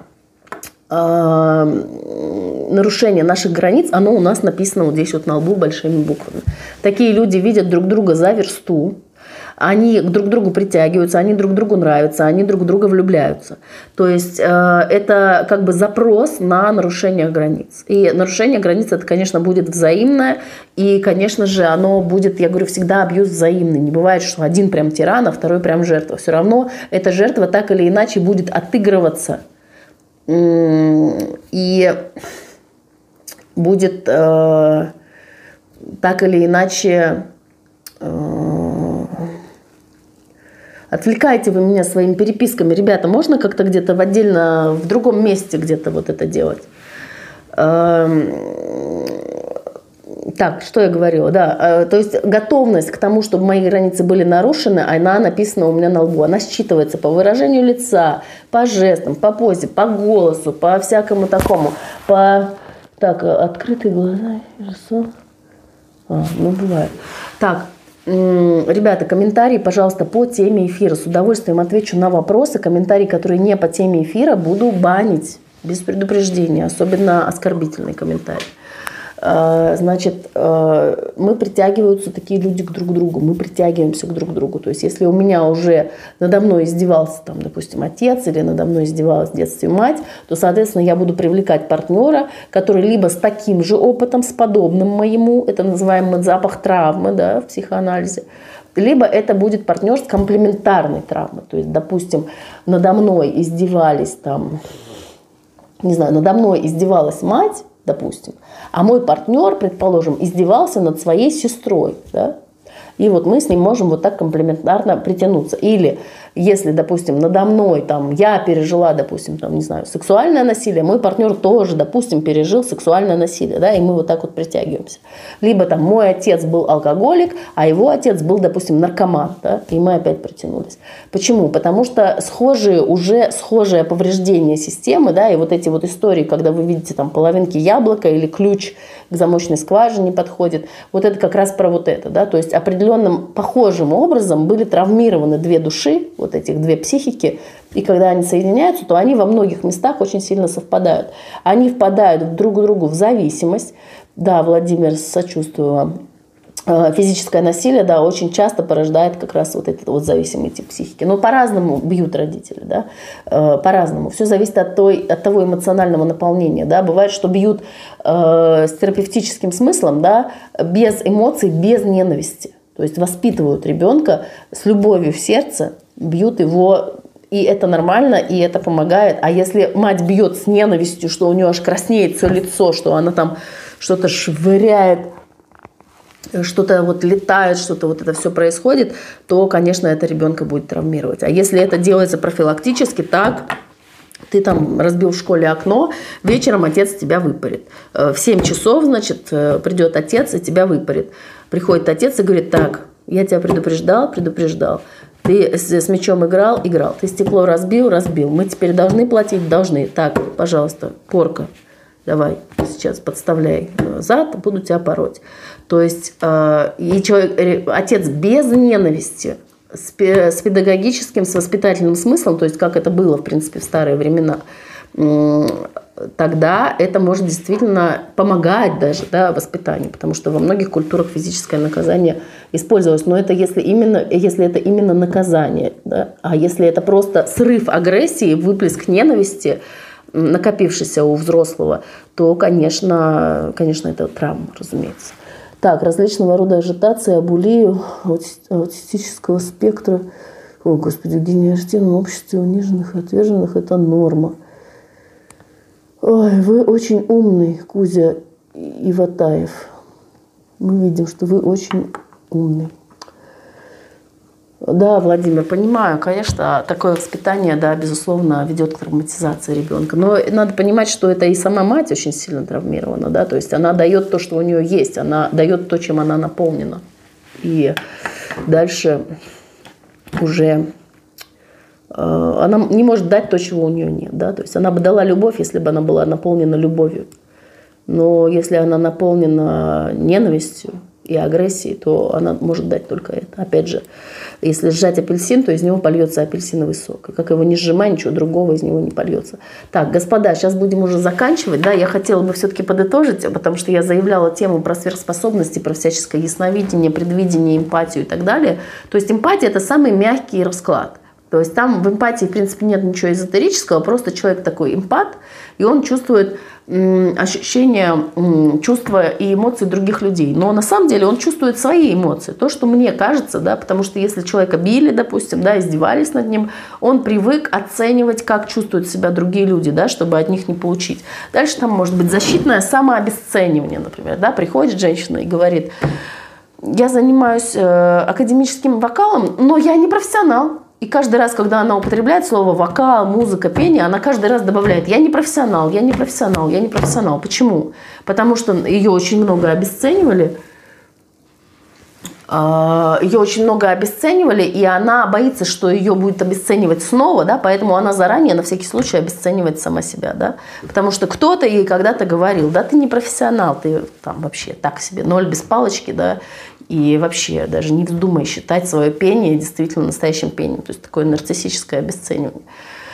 нарушение наших границ, оно у нас написано вот здесь вот на лбу большими буквами. Такие люди видят друг друга за версту. Они друг к другу притягиваются, они друг другу нравятся, они друг в друга влюбляются. То есть это как бы запрос на нарушение границ. И нарушение границ это, конечно, будет взаимное. И, конечно же, оно будет, я говорю, всегда абьюз взаимный. Не бывает, что один прям тиран, а второй прям жертва. Все равно эта жертва так или иначе будет отыгрываться. И будет так или иначе... Отвлекаете вы меня своими переписками. Ребята, можно как-то где-то отдельно, в другом месте где-то вот это делать? Так, что я говорила? Да, то есть готовность к тому, чтобы мои границы были нарушены, она написана у меня на лбу. Она считывается по выражению лица, по жестам, по позе, по голосу, по всякому такому. Так, открытые глаза, лицо. Ну, бывает. Так. Ребята, комментарии, пожалуйста, по теме эфира. С удовольствием отвечу на вопросы. Комментарии, которые не по теме эфира, буду банить без предупреждения. Особенно оскорбительные комментарии. Значит, мы притягиваются такие люди к друг другу. Мы притягиваемся к друг другу. То есть, если у меня уже надо мной издевался, там, допустим, отец, или надо мной издевалась в детстве мать, то, соответственно, я буду привлекать партнера, который либо с таким же опытом, с подобным моему, это называемый запах травмы, да, в психоанализе, либо это будет партнер с комплементарной травмой. То есть, допустим, надо мной издевались там, не знаю, надо мной издевалась мать, допустим, а мой партнер, предположим, издевался над своей сестрой, да? И вот мы с ним можем вот так комплементарно притянуться. Или если, допустим, надо мной там, я пережила, допустим, там, не знаю, сексуальное насилие, мой партнер тоже, допустим, пережил сексуальное насилие, да, и мы вот так вот притягиваемся. Либо там мой отец был алкоголик, а его отец был, допустим, наркоман, да, и мы опять притянулись. Почему? Потому что схожее повреждение системы, да, и вот эти вот истории, когда вы видите там половинки яблока или ключ к замочной скважине подходит, вот это как раз про вот это, да, то есть определенным похожим образом были травмированы две души, вот этих две психики, и когда они соединяются, то они во многих местах очень сильно совпадают. Они впадают друг к другу в зависимость. Да, Владимир, сочувствую вам. Физическое насилие, да, очень часто порождает как раз вот этот вот зависимый тип психики. Но по-разному бьют родители, да, по-разному. Все зависит от того эмоционального наполнения, да. Бывает, что бьют с терапевтическим смыслом, да, без эмоций, без ненависти. То есть воспитывают ребенка с любовью в сердце, бьют его, и это нормально, и это помогает. А если мать бьет с ненавистью, что у нее аж краснеет все лицо, что она там что-то швыряет, что-то вот летает, что-то вот это все происходит, то, конечно, это ребенка будет травмировать. А если это делается профилактически, так, Ты там разбил в школе окно, вечером отец тебя выпарит. В 7 часов, значит, придет отец и тебя выпарит. Приходит отец и говорит: так, я тебя предупреждал. Ты с мячом играл. Ты стекло разбил. Мы теперь должны платить? Должны. Так, пожалуйста, порка. Давай, сейчас подставляй зад, буду тебя пороть. То есть отец без ненависти, с педагогическим, с воспитательным смыслом, то есть как это было, в принципе, в старые времена, тогда это может действительно помогать даже, да, воспитанию, потому что во многих культурах физическое наказание использовалось. Но это если это именно наказание, да? А если это просто срыв агрессии, выплеск ненависти, накопившийся у взрослого, то, конечно, это травма, разумеется. Так, различного рода ажитация, булию, аутистического спектра. О, Господи, в генеративном обществе униженных и отверженных – это норма. Ой, вы очень умный, Кузя Иватаев. Мы видим, что вы очень умный. Да, Владимир, понимаю, конечно, такое воспитание, да, безусловно, ведет к травматизации ребенка. Но надо понимать, что это и сама мать очень сильно травмирована, да, то есть она дает то, что у нее есть, она дает то, чем она наполнена. И дальше уже она не может дать то, чего у нее нет, да, то есть она бы дала любовь, если бы она была наполнена любовью. Но если она наполнена ненавистью и агрессией, то она может дать только это. Опять же, если сжать апельсин, то из него польется апельсиновый сок. И как его не сжимай, ничего другого из него не польется. Так, господа, сейчас будем уже заканчивать. Да, я хотела бы все-таки подытожить, потому что я заявляла тему про сверхспособности, про всяческое ясновидение, предвидение, эмпатию и так далее. То есть эмпатия – это самый мягкий расклад. То есть там в эмпатии, в принципе, нет ничего эзотерического, просто человек такой эмпат, и он чувствует ощущения, чувства и эмоции других людей. Но на самом деле он чувствует свои эмоции. То, что мне кажется, да, потому что если человека били, допустим, да, издевались над ним, он привык оценивать, как чувствуют себя другие люди, да, чтобы от них не получить. Дальше там может быть защитное самообесценивание, например. Да, приходит женщина и говорит: я занимаюсь академическим вокалом, но я не профессионал. И каждый раз, когда она употребляет слово вокал, музыка, пение, она каждый раз добавляет: я не профессионал. Почему? Потому что ее очень много обесценивали. И она боится, что ее будет обесценивать снова, да, поэтому она заранее на всякий случай обесценивает сама себя, да, потому что кто-то ей когда-то говорил: да, ты не профессионал, ты там вообще так себе, ноль без палочки, да, и вообще даже не вздумай считать свое пение действительно настоящим пением, то есть такое нарциссическое обесценивание.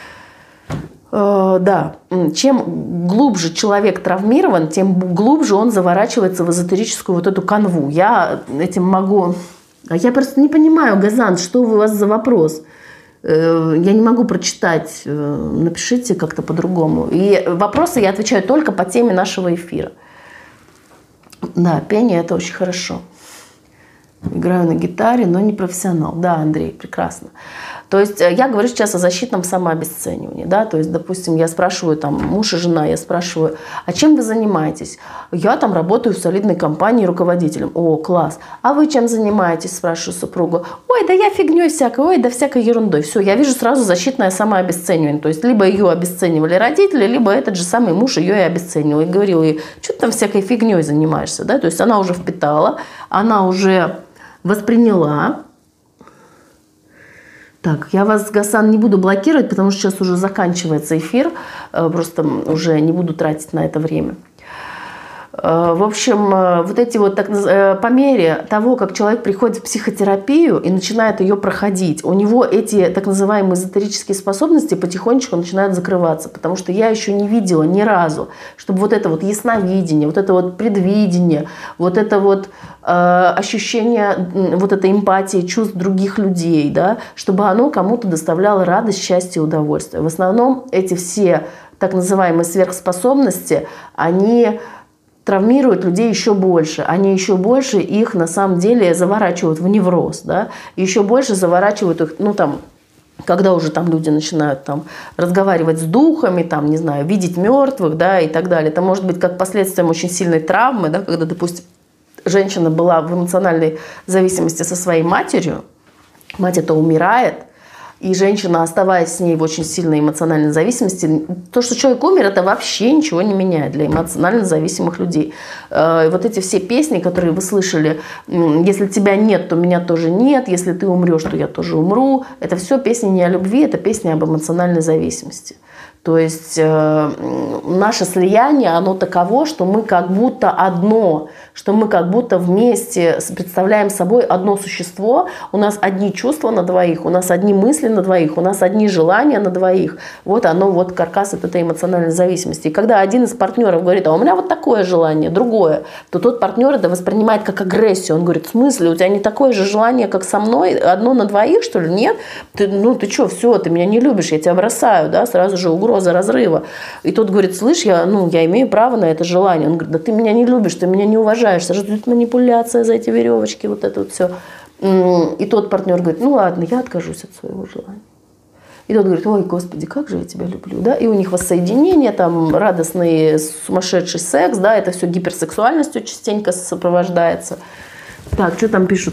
Да, чем глубже человек травмирован, тем глубже он заворачивается в эзотерическую вот эту канву. Я этим могу... Я просто не понимаю, Газан, что у вас за вопрос? Я не могу прочитать. Напишите как-то по-другому. И вопросы я отвечаю только по теме нашего эфира. Да, пение – это очень хорошо. Играю на гитаре, но не профессионал. Да, Андрей, прекрасно. То есть я говорю сейчас о защитном самообесценивании. Да? То есть, допустим, я спрашиваю, там, муж и жена, я спрашиваю: а чем вы занимаетесь? Я там работаю в солидной компании руководителем. О, класс. А вы чем занимаетесь? Спрашиваю супругу. Ой, да я фигней всякой, ой, да всякой ерундой. Все, я вижу сразу защитное самообесценивание. То есть либо ее обесценивали родители, либо этот же самый муж ее и обесценивал. И говорил ей: что ты там всякой фигней занимаешься? Да? То есть она уже впитала, она уже восприняла. Так, я вас, Гасан, не буду блокировать, потому что сейчас уже заканчивается эфир. Просто уже не буду тратить на это время. В общем, вот эти вот, по мере того, как человек приходит в психотерапию и начинает ее проходить, у него эти так называемые эзотерические способности потихонечку начинают закрываться. Потому что я еще не видела ни разу, чтобы вот это вот ясновидение, вот это вот предвидение, вот это вот ощущение вот этой эмпатии, чувств других людей, да, чтобы оно кому-то доставляло радость, счастье и удовольствие. В основном эти все так называемые сверхспособности, они травмируют людей еще больше. Они еще больше их на самом деле заворачивают в невроз, да, еще больше заворачивают их, ну там, когда уже там люди начинают там разговаривать с духами, там, не знаю, видеть мертвых, да, и так далее. Это может быть как последствием очень сильной травмы, да, когда, допустим, женщина была в эмоциональной зависимости со своей матерью, мать это умирает, И женщина, оставаясь с ней в очень сильной эмоциональной зависимости, то, что человек умер, это вообще ничего не меняет для эмоционально зависимых людей. И вот эти все песни, которые вы слышали, если тебя нет, то меня тоже нет, если ты умрешь, то я тоже умру, это все песни не о любви, это песни об эмоциональной зависимости. То есть наше слияние, оно таково, что мы как будто одно, что мы как будто вместе представляем собой одно существо, у нас одни чувства на двоих, у нас одни мысли на двоих, у нас одни желания на двоих. Вот оно, вот каркас от этой эмоциональной зависимости. И когда один из партнеров говорит, а у меня вот такое желание, другое, то тот партнер это воспринимает как агрессию. Он говорит, в смысле, у тебя не такое же желание, как со мной, одно на двоих, что ли? Нет? Ты что, все, ты меня не любишь, я тебя бросаю, да, сразу же угроза разрыва. И тот говорит, слышь, я имею право на это желание. Он говорит, да ты меня не любишь, ты меня не уважаешь, это же манипуляция за эти веревочки, вот это вот все. И тот партнер говорит, ну ладно, я откажусь от своего желания. И тот говорит, ой, Господи, как же я тебя люблю, да, и у них воссоединение, там радостный сумасшедший секс, да, это все гиперсексуальностью частенько сопровождается. Так, что там пишут?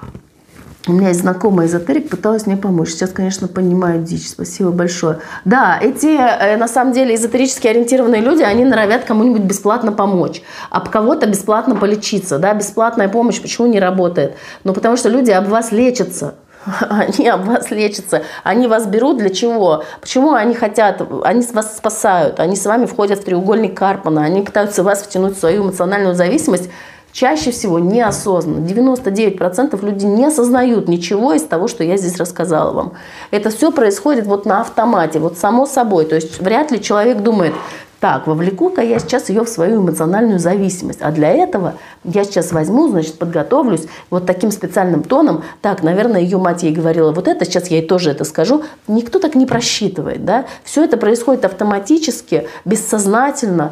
У меня есть знакомый эзотерик, пыталась мне помочь. Сейчас, конечно, понимаю дичь. Спасибо большое. Да, эти, на самом деле, эзотерически ориентированные люди, они норовят кому-нибудь бесплатно помочь, а кого-то бесплатно полечиться. Да? Бесплатная помощь почему не работает? Ну, потому что люди об вас лечатся. Они об вас лечатся. Они вас берут для чего? Почему они хотят? Они вас спасают. Они с вами входят в треугольник Карпмана. Они пытаются вас втянуть в свою эмоциональную зависимость. Чаще всего неосознанно. 99% люди не осознают ничего из того, что я здесь рассказала вам. Это все происходит вот на автомате, вот само собой. То есть вряд ли человек думает, так, вовлеку-ка я сейчас ее в свою эмоциональную зависимость. А для этого я сейчас возьму, значит, подготовлюсь вот таким специальным тоном. Так, наверное, ее мать ей говорила вот это, сейчас я ей тоже это скажу. Никто так не просчитывает, да? Все это происходит автоматически, бессознательно,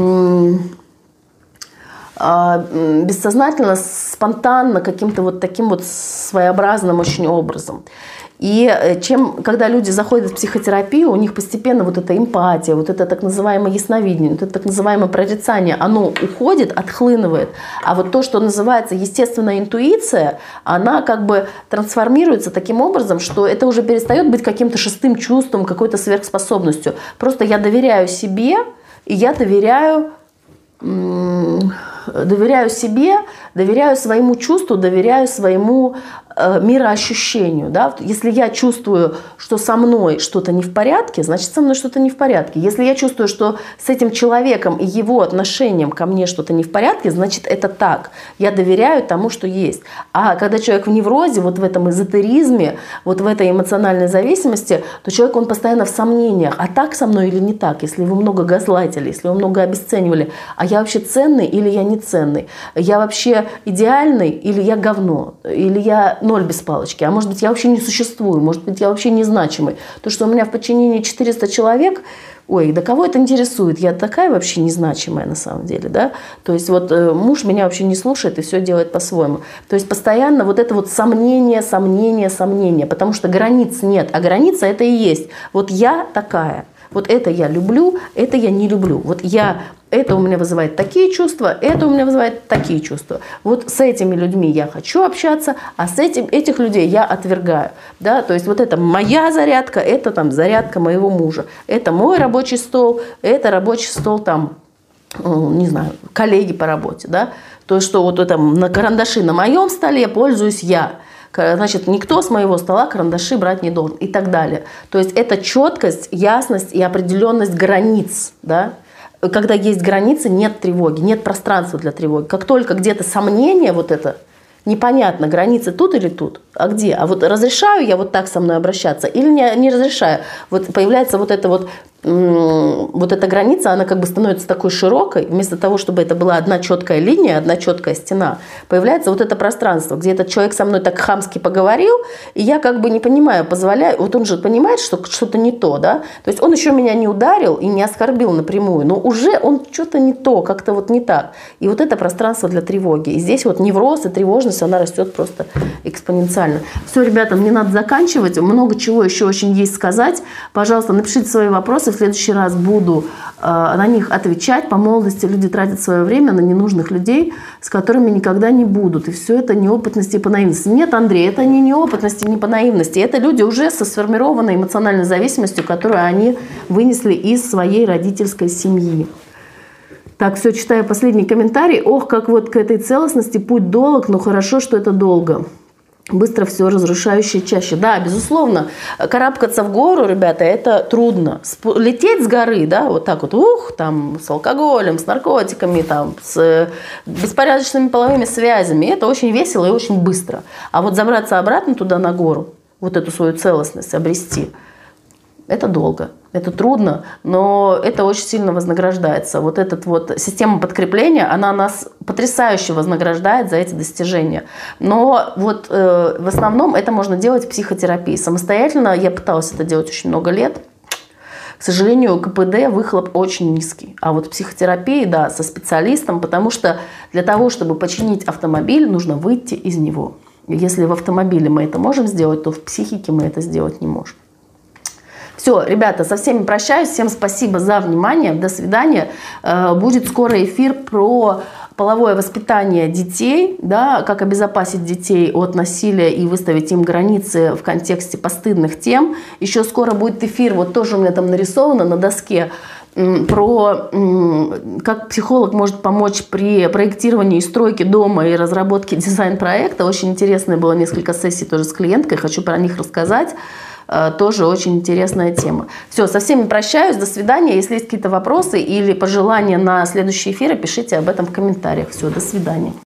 бессознательно, спонтанно, каким-то вот таким вот своеобразным очень образом. И когда люди заходят в психотерапию, у них постепенно вот эта эмпатия, вот это так называемое ясновидение, вот это так называемое прорицание, оно уходит, отхлынывает. А вот то, что называется естественная интуиция, она как бы трансформируется таким образом, что это уже перестает быть каким-то шестым чувством, какой-то сверхспособностью. Просто я доверяю себе, и я доверяю себе, доверяю своему чувству, доверяю своему мироощущению. Да? Если я чувствую, что со мной что-то не в порядке, значит, со мной что-то не в порядке. Если я чувствую, что с этим человеком и его отношением ко мне что-то не в порядке, значит, это так. Я доверяю тому, что есть. А когда человек в неврозе, вот в этом эзотеризме, вот в этой эмоциональной зависимости, то человек, он постоянно в сомнениях. А так со мной или не так? Если его много газлайтили, если его много обесценивали. А я вообще ценный или я не ценный? Я вообще идеальный или я говно? Или я ноль без палочки? А может быть, я вообще не существую? Может быть, я вообще незначимый? То, что у меня в подчинении 400 человек, ой, да кого это интересует? Я такая вообще незначимая на самом деле, да? То есть вот муж меня вообще не слушает и все делает по-своему. То есть постоянно вот это вот сомнение, потому что границ нет, а граница это и есть. Вот я такая. Вот это я люблю, это я не люблю. Вот это у меня вызывает такие чувства, это у меня вызывает такие чувства. Вот с этими людьми я хочу общаться, а этих людей я отвергаю. Да? То есть вот это моя зарядка, это там зарядка моего мужа. Это мой рабочий стол, это рабочий стол там, не знаю, коллеги по работе. Да? То есть что вот это на карандаши на моем столе пользуюсь я. Значит, никто с моего стола карандаши брать не должен и так далее. То есть это четкость, ясность и определенность границ. Да? Когда есть границы, нет тревоги, нет пространства для тревоги. Как только где-то сомнение, вот это непонятно, границы тут или тут, а где? А вот разрешаю я вот так со мной обращаться или не разрешаю? Вот появляется вот эта граница, она как бы становится такой широкой, вместо того, чтобы это была одна четкая линия, одна четкая стена, появляется вот это пространство, где этот человек со мной так хамски поговорил, и я как бы не понимаю, позволяю, вот он же понимает, что что-то не то, да, то есть он еще меня не ударил и не оскорбил напрямую, но уже он что-то не то, как-то вот не так. И вот это пространство для тревоги. И здесь вот невроз и тревожность, она растет просто экспоненциально. специально. Все, ребята, мне надо заканчивать. Много чего еще очень есть сказать. Пожалуйста, напишите свои вопросы. В следующий раз буду на них отвечать. По молодости люди тратят свое время на ненужных людей, с которыми никогда не будут. И все это неопытность и по наивности. Нет, Андрей, это не неопытность и не по наивности. Это люди уже со сформированной эмоциональной зависимостью, которую они вынесли из своей родительской семьи. Так, все, читаю последний комментарий. Ох, как вот к этой целостности путь долг, но хорошо, что это долго. Быстро все разрушающее чаще. Да, безусловно, карабкаться в гору, ребята, это трудно. Лететь с горы, да, вот так вот, там, с алкоголем, с наркотиками, там, с беспорядочными половыми связями, это очень весело и очень быстро. А вот забраться обратно туда на гору, вот эту свою целостность обрести, это долго, это трудно, но это очень сильно вознаграждается. Вот эта вот система подкрепления, она нас потрясающе вознаграждает за эти достижения. Но вот в основном это можно делать в психотерапии. Самостоятельно я пыталась это делать очень много лет. К сожалению, КПД, выхлоп очень низкий. А вот в психотерапии, да, со специалистом, потому что для того, чтобы починить автомобиль, нужно выйти из него. Если в автомобиле мы это можем сделать, то в психике мы это сделать не можем. Все, ребята, со всеми прощаюсь. Всем спасибо за внимание. До свидания. Будет скоро эфир про половое воспитание детей, да, как обезопасить детей от насилия и выставить им границы в контексте постыдных тем. Еще скоро будет эфир, вот тоже у меня там нарисовано на доске, про как психолог может помочь при проектировании и стройке дома и разработке дизайн-проекта. Очень интересное было несколько сессий тоже с клиенткой, хочу про них рассказать. Тоже очень интересная тема. Все, со всеми прощаюсь, до свидания. Если есть какие-то вопросы или пожелания на следующие эфиры, пишите об этом в комментариях. Все, до свидания.